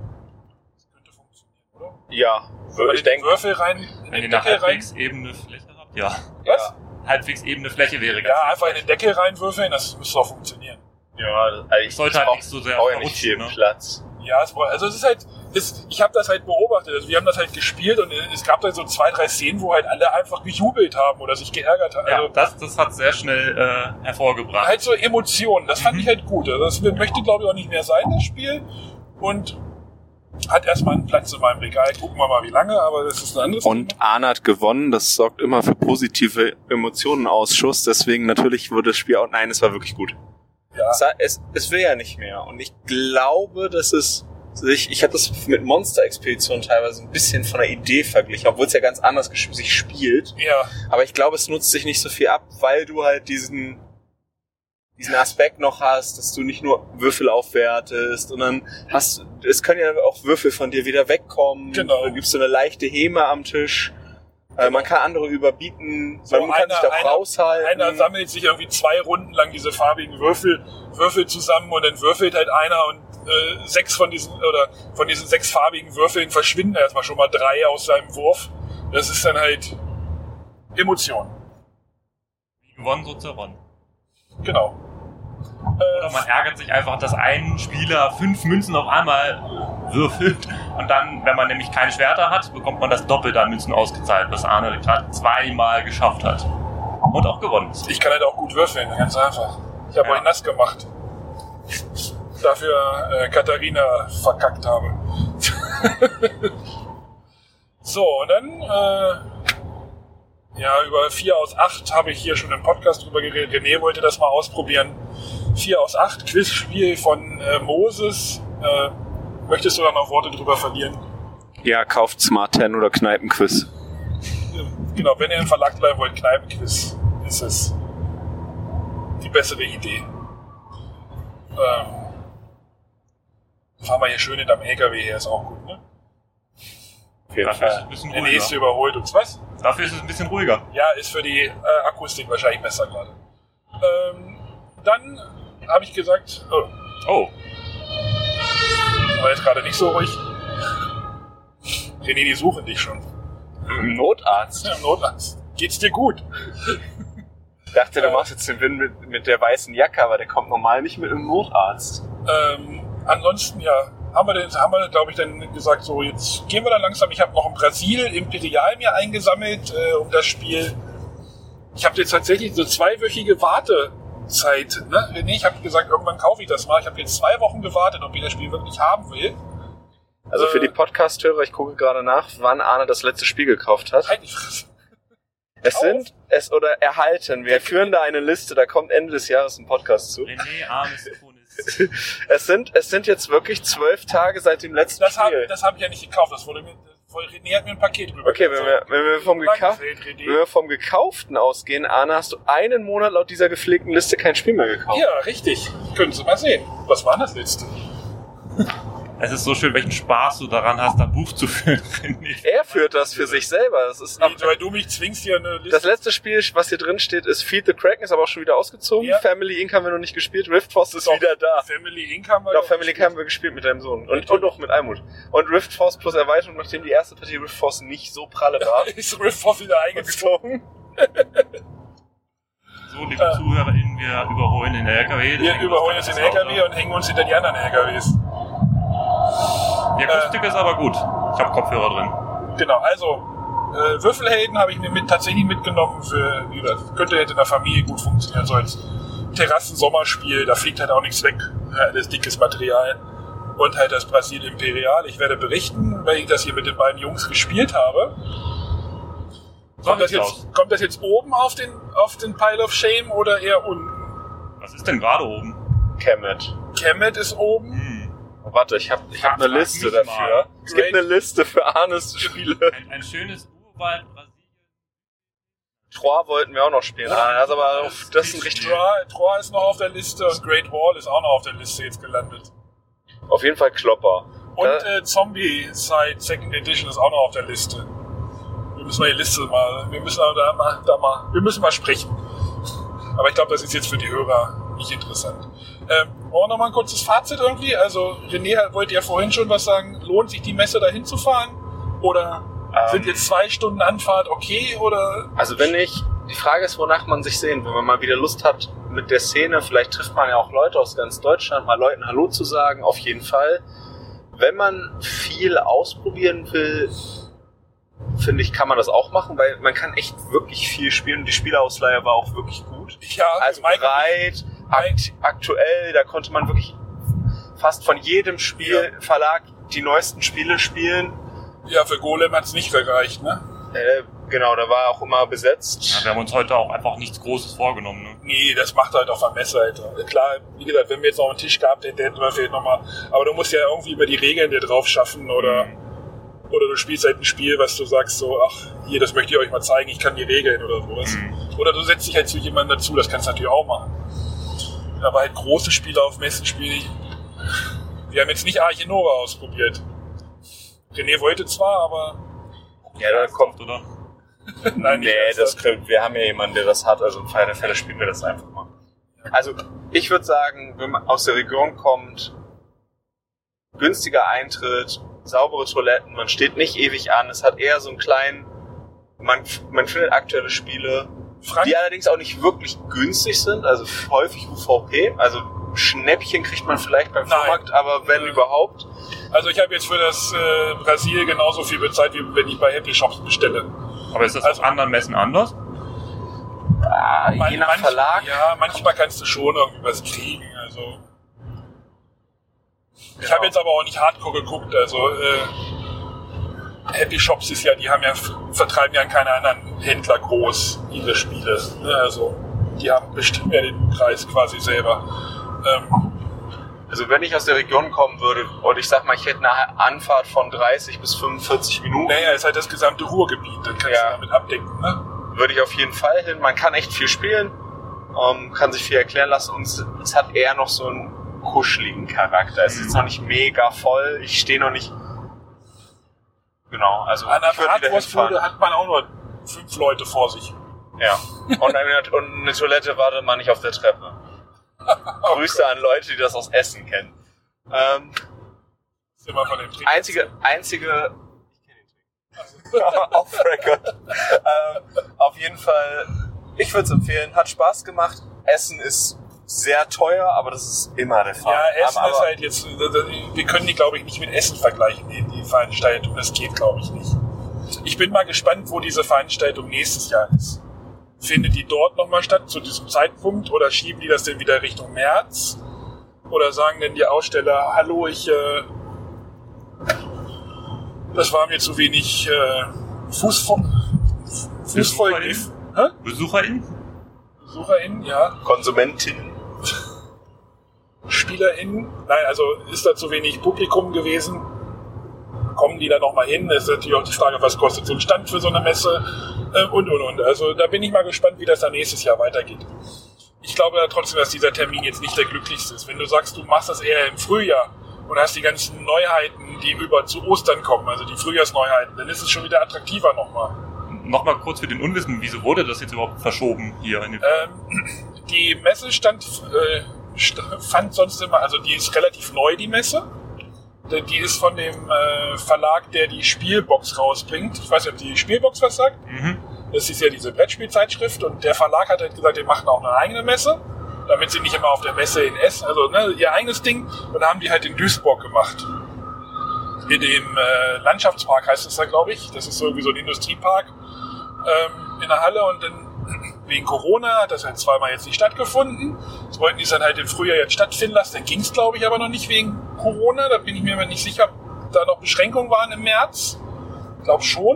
Das könnte funktionieren, oder?
Ja,
Wenn
ich
ihr den
denke,
Würfel rein, in
Wenn
den
ihr eine
Deckel rein.
halbwegs ebene Fläche habt, ja.
Was?
Halbwegs ebene Fläche wäre ganz
Ja,
hilfreich.
einfach in den Deckel reinwürfeln, das müsste auch funktionieren.
ja, also ich
Sollte halt
brauch-
nicht so sehr
brauch ja nicht viel
verrutschen, ne?
Platz.
Ja, es war, also es ist halt, es, ich habe das halt beobachtet, also wir haben das halt gespielt und es gab da so zwei, drei Szenen, wo halt alle einfach gejubelt haben oder sich geärgert haben.
Ja,
Also
das, das hat sehr schnell äh, hervorgebracht.
halt so Emotionen, das fand
Mhm.
ich halt gut. Also das möchte, glaube ich, auch nicht mehr sein, das Spiel. Und hat erstmal einen Platz in meinem Regal. Gucken wir mal, wie lange, aber das ist ein anderes
Und Arne hat gewonnen, das sorgt immer für positive Emotionenausschuss, deswegen natürlich wurde das Spiel auch, nein, es war wirklich gut.
Ja.
Es, es, es will ja nicht mehr und ich glaube, dass es sich, ich habe das mit Monster-Expedition teilweise ein bisschen von der Idee verglichen, obwohl es ja ganz anders ges- sich spielt,
Ja,
aber ich glaube, es nutzt sich nicht so viel ab, weil du halt diesen diesen Aspekt noch hast, dass du nicht nur Würfel aufwertest und dann hast, es können ja auch Würfel von dir wieder wegkommen.
Genau.
Dann gibst du eine leichte Häme am Tisch. Äh, man kann andere überbieten.
So
man kann
einer-
sich da auch
einer-
raushalten.
einer sammelt sich irgendwie zwei Runden lang diese farbigen Würfel, Würfel zusammen und dann würfelt halt einer und äh, sechs von diesen, oder von diesen sechs farbigen Würfeln verschwinden erstmal schon mal drei aus seinem Wurf. Das ist dann halt Emotion.
Wie gewonnen, so zerronnen.
Genau.
Oder man ärgert sich einfach, dass ein Spieler fünf Münzen auf einmal würfelt und dann, wenn man nämlich keine Schwerter hat, bekommt man das Doppelte an Münzen ausgezahlt, was Arne gerade zweimal geschafft hat. Und auch gewonnen ist.
Ich kann halt auch gut würfeln, ganz einfach. Ich habe
Ja.
euch nass gemacht. Dafür äh, Katharina verkackt habe. So, und dann, äh, ja, über vier aus acht habe ich hier schon im Podcast drüber geredet. René wollte das mal ausprobieren. vier aus acht, Quizspiel von äh, Moses. Äh, möchtest du da noch Worte drüber verlieren?
Ja, kauft Smart zehn oder Kneipenquiz.
Äh, Genau, wenn ihr im Verlag bleiben wollt, Kneipenquiz ist es die bessere Idee. Ähm, fahren wir hier schön hinterm L K W her, ist auch gut, ne?
Auf jeden
Dafür ist es
Fall.
ein bisschen
Der nächste
ruhiger.
überholt uns. Was?
Dafür ist es ein bisschen ruhiger.
Ja, ist für die äh, Akustik wahrscheinlich besser gerade. Ähm, dann habe ich gesagt, oh,
Oh,
war jetzt gerade nicht so ruhig. René, die suchen dich schon.
Im Notarzt?
Ja, im Notarzt. Geht's dir gut?
Ich dachte, du machst jetzt den Win mit, mit der weißen Jacke, aber der kommt normal nicht mit einem Notarzt.
Ähm, ansonsten, ja, haben wir, den, haben wir glaube ich, dann gesagt, so, jetzt gehen wir dann langsam. Ich habe noch in Brasil Imperial mir eingesammelt, äh, um das Spiel. Ich habe jetzt tatsächlich so zweiwöchige Wartezeit. Ne? Nee, ich habe gesagt, irgendwann kaufe ich das mal. Ich habe jetzt zwei Wochen gewartet, ob ich das Spiel wirklich haben will.
Also für die Podcast-Hörer, ich gucke gerade nach, wann Arne das letzte Spiel gekauft hat.
Halt die Fresse.
Es sind, es oder erhalten, wir führen da eine Liste, da kommt Ende des Jahres ein Podcast zu.
René Arnes Tunis.
Es sind, es sind jetzt wirklich zwölf Tage seit dem letzten
Das habe
Spiel.
das hab ich ja nicht gekauft, das wurde mir, René hat mir ein Paket drüber
Okay, wenn wir, wenn wir vom
Danke,
Gekau-
René.
wenn wir vom Gekauften ausgehen, Arne, hast du einen Monat laut dieser gepflegten Liste kein Spiel mehr gekauft.
Ja, richtig. Können Sie mal sehen. Was war das letzte?
Es ist so schön, welchen Spaß du daran hast, da Buch zu führen, René.
Er führt das für sich selber. Das ist
Wie, weil du mich zwingst, hier eine Liste.
das letzte Spiel, was hier drin steht, ist Feed the Kraken, ist aber auch schon wieder ausgezogen.
Ja.
Family Inc. haben wir noch nicht gespielt. Rift Force ist
Doch,
wieder da.
Family Inc. haben wir
Doch,
doch
Family Inc.
gespielt.
haben wir gespielt mit deinem Sohn. Und, und auch mit Almut. Und Rift Force plus Erweiterung, nachdem die erste Partie Rift Force nicht so pralle war.
Ist Rift Force wieder eingezogen?
So, liebe äh. ZuhörerInnen, wir überholen den L K W.
Wir überholen jetzt den L K W und hängen uns hinter die anderen L K Ws.
Die Akustik äh, ist aber gut. Ich habe Kopfhörer drin.
Genau, also äh, Würfelhelden habe ich mir mit, tatsächlich mitgenommen für, wie gesagt, könnte halt in der Familie gut funktionieren, so als Terrassen-Sommerspiel, da fliegt halt auch nichts weg, ja, alles dickes Material. Und halt das Brasil Imperial. Ich werde berichten, weil ich das hier mit den beiden Jungs gespielt habe. Kommt das, jetzt, kommt das jetzt oben auf den, auf den Pile of Shame oder eher unten?
Was ist denn gerade oben?
Kemet.
Kemet ist oben.
Hm.
Oh, warte, ich habe ich hab eine Liste dafür.
Mal.
Es gibt eine Liste für Arnes Spiele.
Ein, ein schönes Urwald Brasilien.
Troyes wollten wir auch noch spielen. Ah, das ist aber auf, das ist ein richtig.
Troyes, Troyes ist noch auf der Liste und Great Wall ist auch noch auf der Liste jetzt gelandet.
Auf jeden Fall Klopper.
Und
Da-
äh, Zombie Side Second Edition ist auch noch auf der Liste. Wir müssen mal die Liste mal, wir müssen da mal, da mal, wir müssen mal sprechen. Aber ich glaube, das ist jetzt für die Hörer nicht interessant. Ähm, wollen wir noch mal ein kurzes Fazit irgendwie? Also René wollte ja vorhin schon was sagen. Lohnt sich die Messe dahin zu fahren? Oder
Ähm.
sind jetzt zwei Stunden Anfahrt okay? Oder
Also wenn ich, die Frage ist, wonach man sich sehen, wenn man mal wieder Lust hat mit der Szene, vielleicht trifft man ja auch Leute aus ganz Deutschland, mal Leuten Hallo zu sagen, auf jeden Fall. Wenn man viel ausprobieren will, finde ich, kann man das auch machen, weil man kann echt wirklich viel spielen. Die Spielausleihe war auch wirklich gut.
ja,
Also
Mike-
breit, akt, aktuell, da konnte man wirklich fast von jedem Spiel,
Ja.
Verlag die neuesten Spiele spielen.
Ja, für Golem hat's nicht gereicht, ne?
Äh, genau, da war auch immer besetzt.
Ja, wir haben uns heute auch einfach nichts Großes vorgenommen. Ne?
Nee, das macht halt auf der Messe, Alter. Klar, wie gesagt, wenn wir jetzt noch einen Tisch gehabt hätten, hätten wir vielleicht nochmal, aber du musst ja irgendwie über die Regeln dir drauf schaffen oder,
Mhm.
oder du spielst halt ein Spiel, was du sagst so, ach, hier, das möchte ich euch mal zeigen, ich kann die Regeln oder sowas.
Mhm.
Oder du setzt dich halt zu jemandem dazu, das kannst du natürlich auch machen. Aber halt große Spiele auf Messen spiele ich. Wir haben jetzt nicht Arche Nova ausprobiert. René wollte zwar, aber
Ja, da kommt.
Oder?
nein, nicht
Nee, das
ernsthaft.
kriegt, wir haben ja jemanden, der das hat, also im Fall der Fälle spielen wir das einfach mal. Also, ich würde sagen, wenn man aus der Region kommt, günstiger Eintritt, saubere Toiletten, man steht nicht ewig an, es hat eher so einen kleinen, man, man findet aktuelle Spiele,
Frank,
die allerdings auch nicht wirklich günstig sind, also häufig U V P, also Schnäppchen kriegt man vielleicht beim
Nein.
Flohmarkt, aber wenn
Äh.
überhaupt.
also ich habe jetzt für das äh, Brasil genauso viel bezahlt, wie wenn ich bei Happy Shops bestelle.
Aber ist das
Also-
auf anderen Messen anders?
Ah, je
Man-
nach
manch-
Verlag.
Ja, manchmal kannst du schon irgendwie was kriegen. Also ich
Genau.
habe jetzt aber auch nicht Hardcore geguckt. Also äh, Happy Shops ist ja, die haben ja vertreiben ja an keine anderen Händler groß ihre Spiele. Ne? Also die haben bestimmt ja den Preis quasi selber. Ähm,
Also wenn ich aus der Region kommen würde und ich sag mal, ich hätte eine Anfahrt von dreißig bis fünfundvierzig Minuten,
naja, ist halt das gesamte Ruhrgebiet. Dann kannst
Ja.
du damit abdecken. Ne?
würde ich auf jeden Fall hin. Man kann echt viel spielen, ähm, kann sich viel erklären lassen und es, es hat eher noch so einen kuscheligen Charakter. Es ist jetzt noch nicht mega voll, ich stehe noch nicht... Genau, also
An der
ich würde wieder
Bratwurstbude
hinfahren.
hat man auch nur fünf Leute vor sich.
Ja. Und eine, und eine Toilette wartet man nicht auf der Treppe. Grüße an Leute, die das aus Essen kennen. Ähm,
Ist immer von dem Trick.
einzige, einzige, Off-Record. ähm, auf jeden Fall, ich würde es empfehlen, hat Spaß gemacht. Essen ist sehr teuer, aber das ist immer der Fall.
Ja, Essen
aber,
ist halt jetzt, wir können die, glaube ich, nicht mit Essen vergleichen, die, die Veranstaltung. Das geht, glaube ich, nicht. Ich bin mal gespannt, wo diese Veranstaltung nächstes Jahr ist. Findet die dort nochmal statt, zu diesem Zeitpunkt, oder schieben die das denn wieder Richtung März? Oder sagen denn die Aussteller, hallo, ich, äh, das war mir zu wenig äh, Fußvolk. Fußvolk.
BesucherInnen? BesucherInnen?
BesucherInnen, ja.
KonsumentInnen.
SpielerInnen. Nein, also ist da zu wenig Publikum gewesen? Kommen die da nochmal hin? Das ist natürlich auch die Frage, was kostet so ein Stand für so eine Messe? Äh, und, und, und. Also da bin ich mal gespannt, wie das dann nächstes Jahr weitergeht. Ich glaube ja trotzdem, dass dieser Termin jetzt nicht der glücklichste ist. Wenn du sagst, du machst das eher im Frühjahr und hast die ganzen Neuheiten, die über zu Ostern kommen, also die Frühjahrsneuheiten, dann ist es schon wieder attraktiver nochmal.
Nochmal kurz für den Unwissen, wieso wurde das jetzt überhaupt verschoben hier in dem
ähm, Die Messe stand, äh, st- fand sonst immer, also die ist relativ neu, die Messe. Die ist von dem äh, Verlag, der die Spielbox rausbringt. Ich weiß nicht, ob die Spielbox was sagt.
Mhm.
Das ist ja diese Brettspielzeitschrift und der Verlag hat halt gesagt, die machen auch eine eigene Messe, damit sie nicht immer auf der Messe in Essen, also ne, ihr eigenes Ding. Und da haben die halt in Duisburg gemacht. In dem äh, Landschaftspark heißt es da, glaube ich. Das ist so irgendwie so ein Industriepark ähm, in der Halle und dann wegen Corona hat das halt zweimal jetzt nicht stattgefunden. Das wollten die dann halt im Frühjahr jetzt stattfinden lassen. Dann ging es, glaube ich, aber noch nicht wegen Corona. Da bin ich mir aber nicht sicher, ob da noch Beschränkungen waren im März. Ich glaube schon.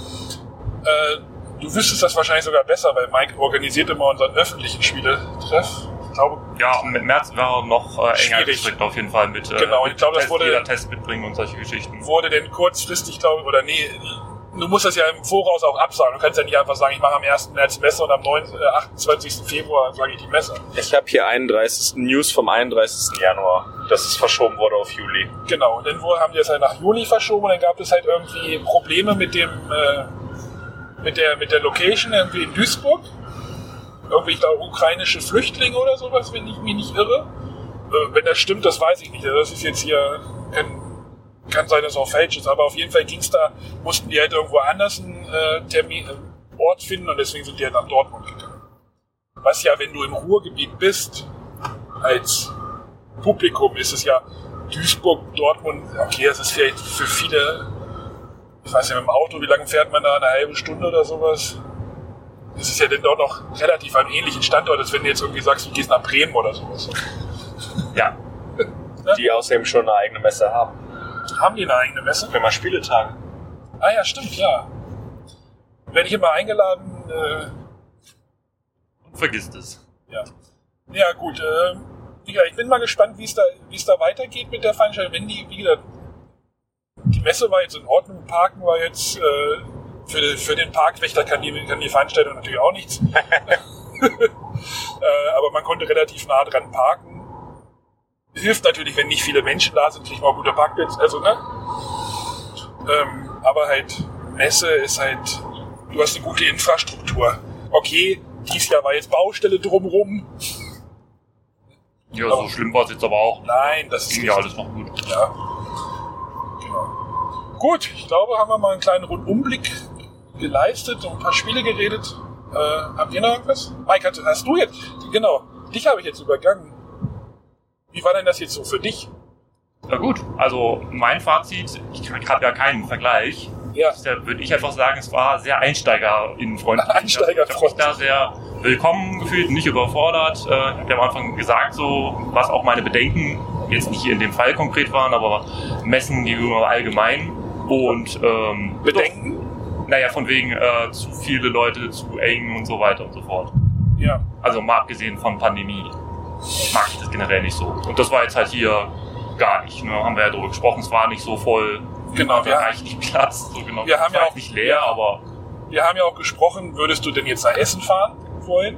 Äh, du wüsstest das wahrscheinlich sogar besser, weil Mike organisiert immer unseren öffentlichen Spieletreff. Ich glaube,
ja, mit März war noch äh, enger
schwierig.
gestrickt auf jeden Fall mit, äh,
genau,
mit
ich glaube, das
Test,
wurde,
jeder Test mitbringen und solche Geschichten.
Wurde denn kurzfristig, glaube ich, oder nee, du musst das ja im Voraus auch absagen. Du kannst ja nicht einfach sagen, ich mache am ersten März Messe und am achtundzwanzigsten Februar sage ich die Messe.
Ich habe hier einunddreißigsten News vom einunddreißigsten Januar, dass es verschoben wurde auf Juli.
Genau, und dann haben die das halt nach Juli verschoben und dann gab es halt irgendwie Probleme mit dem äh, mit der mit der Location irgendwie in Duisburg. Irgendwie, ich glaube, ukrainische Flüchtlinge oder sowas, wenn ich mich nicht irre. Äh, wenn das stimmt, das weiß ich nicht. Das ist jetzt hier, kann, kann sein, dass es auch falsch ist, aber auf jeden Fall ging's da, mussten die halt irgendwo anders einen äh, Termin, äh, Ort finden und deswegen sind die halt nach Dortmund gegangen. Was ja, wenn du im Ruhrgebiet bist, als Publikum, ist es ja Duisburg, Dortmund, okay, das ist vielleicht für viele, ich weiß nicht, mit dem Auto, wie lange fährt man da, eine halbe Stunde oder sowas? Das ist ja dann doch noch relativ am ähnlichen Standort, als wenn du jetzt irgendwie sagst, du gehst nach Bremen oder sowas.
Ja.
Die außerdem schon eine eigene Messe haben.
Haben die eine eigene Messe?
Wenn man Spieletage.
Ah ja, stimmt, ja. Werde ich immer eingeladen. Äh,
Vergisst es.
ja. Ja, gut. Äh, wie gesagt, ich bin mal gespannt, wie es da, wie es da weitergeht mit der Veranstaltung. Wenn die, wie gesagt, die Messe war jetzt in Ordnung, Parken war jetzt, äh, für, für den Parkwächter kann die, kann die Veranstaltung natürlich auch nichts. äh, aber man konnte relativ nah dran parken. Hilft natürlich, wenn nicht viele Menschen da sind, kriegt man auch gute Parkplätze, also, ne? Ähm, aber halt, Messe ist halt, du hast eine gute Infrastruktur. Okay, dieses Jahr war jetzt Baustelle drumrum.
Ja, so schlimm war es jetzt aber auch.
Nein, das ist
ging ja alles noch gut.
Ja. Genau. Gut, ich glaube, haben wir mal einen kleinen Rundumblick geleistet und ein paar Spiele geredet. Äh, habt ihr noch irgendwas? Mike, hast, hast du jetzt? Genau, dich habe ich jetzt übergangen. Wie war denn das jetzt so für dich?
Na gut, also mein Fazit, ich habe ja keinen Vergleich.
Ja.
Da würde ich einfach sagen, es war sehr einsteigerinnenfreundlich.
Einsteigerfreundlich.
Ich habe mich da sehr willkommen gefühlt, nicht überfordert. Ich habe ja am Anfang gesagt, so was auch meine Bedenken jetzt nicht in dem Fall konkret waren, aber Messen gegenüber allgemein. Und ähm,
Bedenken?
Doch, naja, von wegen äh, zu viele Leute, zu eng und so weiter und so fort.
Ja.
Also mal abgesehen von Pandemie mag ich das generell nicht so. Und das war jetzt halt hier gar nicht. Ne? Haben wir ja darüber gesprochen, es war nicht so voll.
Genau,
wir haben reichlich Platz. So genau.
Wir haben ja auch
nicht leer,
ja,
aber
wir haben ja auch gesprochen, würdest du denn jetzt nach Essen fahren wollen?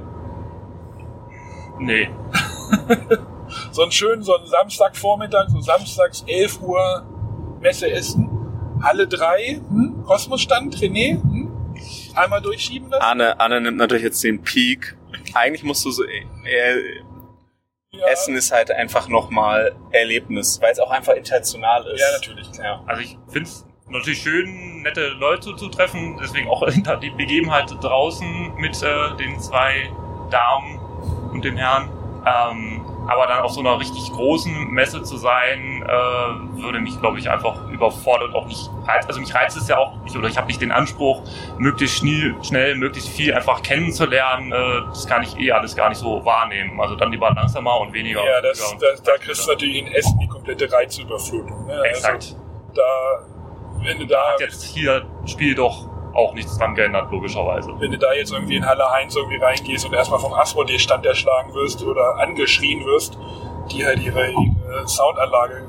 nee.
So einen schönen, so einen Samstagvormittag, so samstags elf Uhr Messe Essen, Halle drei, hm? Kosmosstand, René, hm? Einmal durchschieben lassen?
Anne, Anne nimmt natürlich jetzt den Peak. Eigentlich musst du so, äh,
Ja.
Essen ist halt einfach nochmal Erlebnis, weil es auch einfach international ist.
Ja, natürlich.
Ja.
Also ich finde es natürlich schön, schon nette Leute zu treffen, deswegen auch die Begebenheit draußen mit äh, den zwei Damen und den Herrn. Ähm, aber dann auf so einer richtig großen Messe zu sein, äh, würde mich, glaube ich, einfach überfordern und auch nicht reizen. Also mich reizt es ja auch nicht, oder ich habe nicht den Anspruch, möglichst schnell, schnell, möglichst viel einfach kennenzulernen. Äh, das kann ich eh alles gar nicht so wahrnehmen. Also dann lieber langsamer und weniger.
Ja, das, und das, da kriegst du natürlich in Essen die komplette Reizüberflutung. Ne?
Exakt.
Also, da, wenn du da...
Hat jetzt hier Spiel doch auch nichts dran geändert, logischerweise.
Wenn du da jetzt irgendwie in Halle Heinz irgendwie reingehst und erstmal vom Asmodee-Stand erschlagen wirst oder angeschrien wirst, die halt ihre, ihre Soundanlage,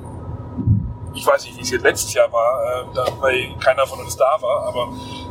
ich weiß nicht, wie es jetzt letztes Jahr war, äh, da, weil keiner von uns da war, aber,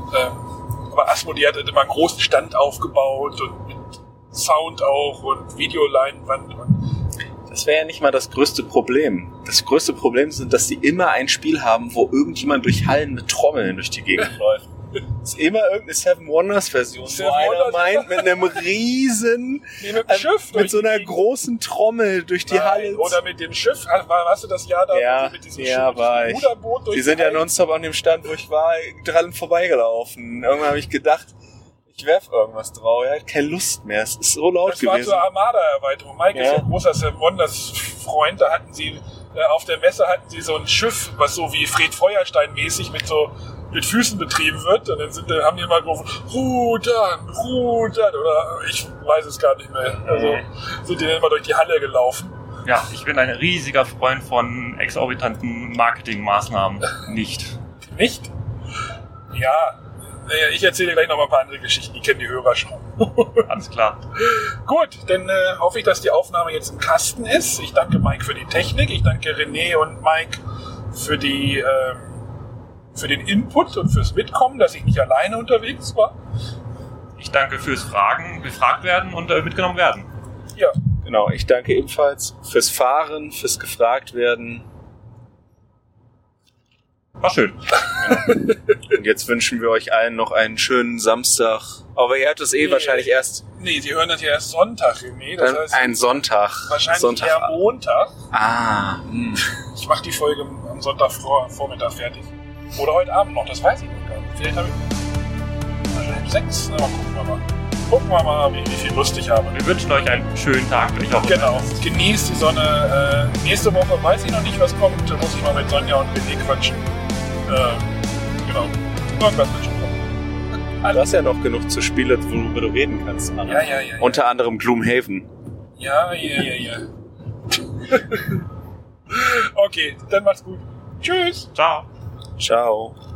ähm, aber Asmodee hat halt immer einen großen Stand aufgebaut und mit Sound auch und Videoleinwand und
das wäre ja nicht mal das größte Problem. Das größte Problem sind, dass die immer ein Spiel haben, wo irgendjemand durch Hallen mit Trommeln durch die Gegend läuft. Das ist immer irgendeine Seven Wonders Version,
Seven
wo einer
Wonders
meint, mit einem riesen,
nee, mit, dem
äh,
Schiff
mit so einer
die
großen Trommel durch die
Nein,
Halle.
oder mit dem Schiff, hast du das Jahr da
ja,
mit diesem
ja,
Schiff,
war
diesem
ich.
Ruderboot durch
Die sind ja
Halle?
nonstop an dem Stand, wo ich war, dran vorbeigelaufen. Irgendwann habe ich gedacht, ich werf irgendwas drauf. Er hat keine Lust mehr. Es ist so laut
Das war
gewesen.
zur Armada-Erweiterung. Mike
Ja.
ist ja ein großer Seven Wonders-Freund. Da hatten sie, äh, auf der Messe hatten sie so ein Schiff, was so wie Fred Feuerstein-mäßig mit so, mit Füßen betrieben wird. Und dann sind, haben die immer gerufen, rudern, rudern, oder ich weiß es gar nicht mehr. Also sind die dann immer durch die Halle gelaufen.
Ja, ich bin ein riesiger Freund von exorbitanten Marketingmaßnahmen. Nicht.
Nicht? Ja. Naja, ich erzähle gleich noch mal ein paar andere Geschichten, die kennen die Hörer schon.
Alles klar.
Gut, dann äh, hoffe ich, dass die Aufnahme jetzt im Kasten ist. Ich danke Mike für die Technik, ich danke René und Mike für die ähm, für den Input und fürs Mitkommen, dass ich nicht alleine unterwegs war.
Ich danke fürs Fragen, gefragt werden und äh, mitgenommen werden.
Ja,
Genau, ich danke ebenfalls fürs Fahren, fürs gefragt werden.
War schön.
Und jetzt wünschen wir euch allen noch einen schönen Samstag. Aber ihr hört es eh
Nee.
wahrscheinlich erst
nee, Sie hören das ja erst Sonntag, René. Das heißt,
ein Sonntag.
wahrscheinlich
Sonntag.
eher Montag.
Ah, hm.
Ich mache die Folge am Sonntag vor, Vormittag fertig. Oder heute Abend noch, das weiß ich noch gar nicht. Vielleicht habe ich halb sechs. Na, mal gucken wir mal. Gucken wir mal, wie, wie viel Lust ich habe.
Wir wünschen euch einen schönen Tag. Ich hoffe,
Genau, genießt die Sonne. Äh, nächste Woche weiß ich noch nicht, was kommt. Da muss ich mal mit Sonja und René quatschen. Äh, genau, irgendwas wird schon kommen.
Du hast ja noch genug zu spielen, worüber du reden kannst. Anna.
Ja, ja, ja. ja.
Unter anderem Gloomhaven.
Ja, ja, ja, ja. Okay, dann macht's gut. Tschüss.
Ciao.
Ciao.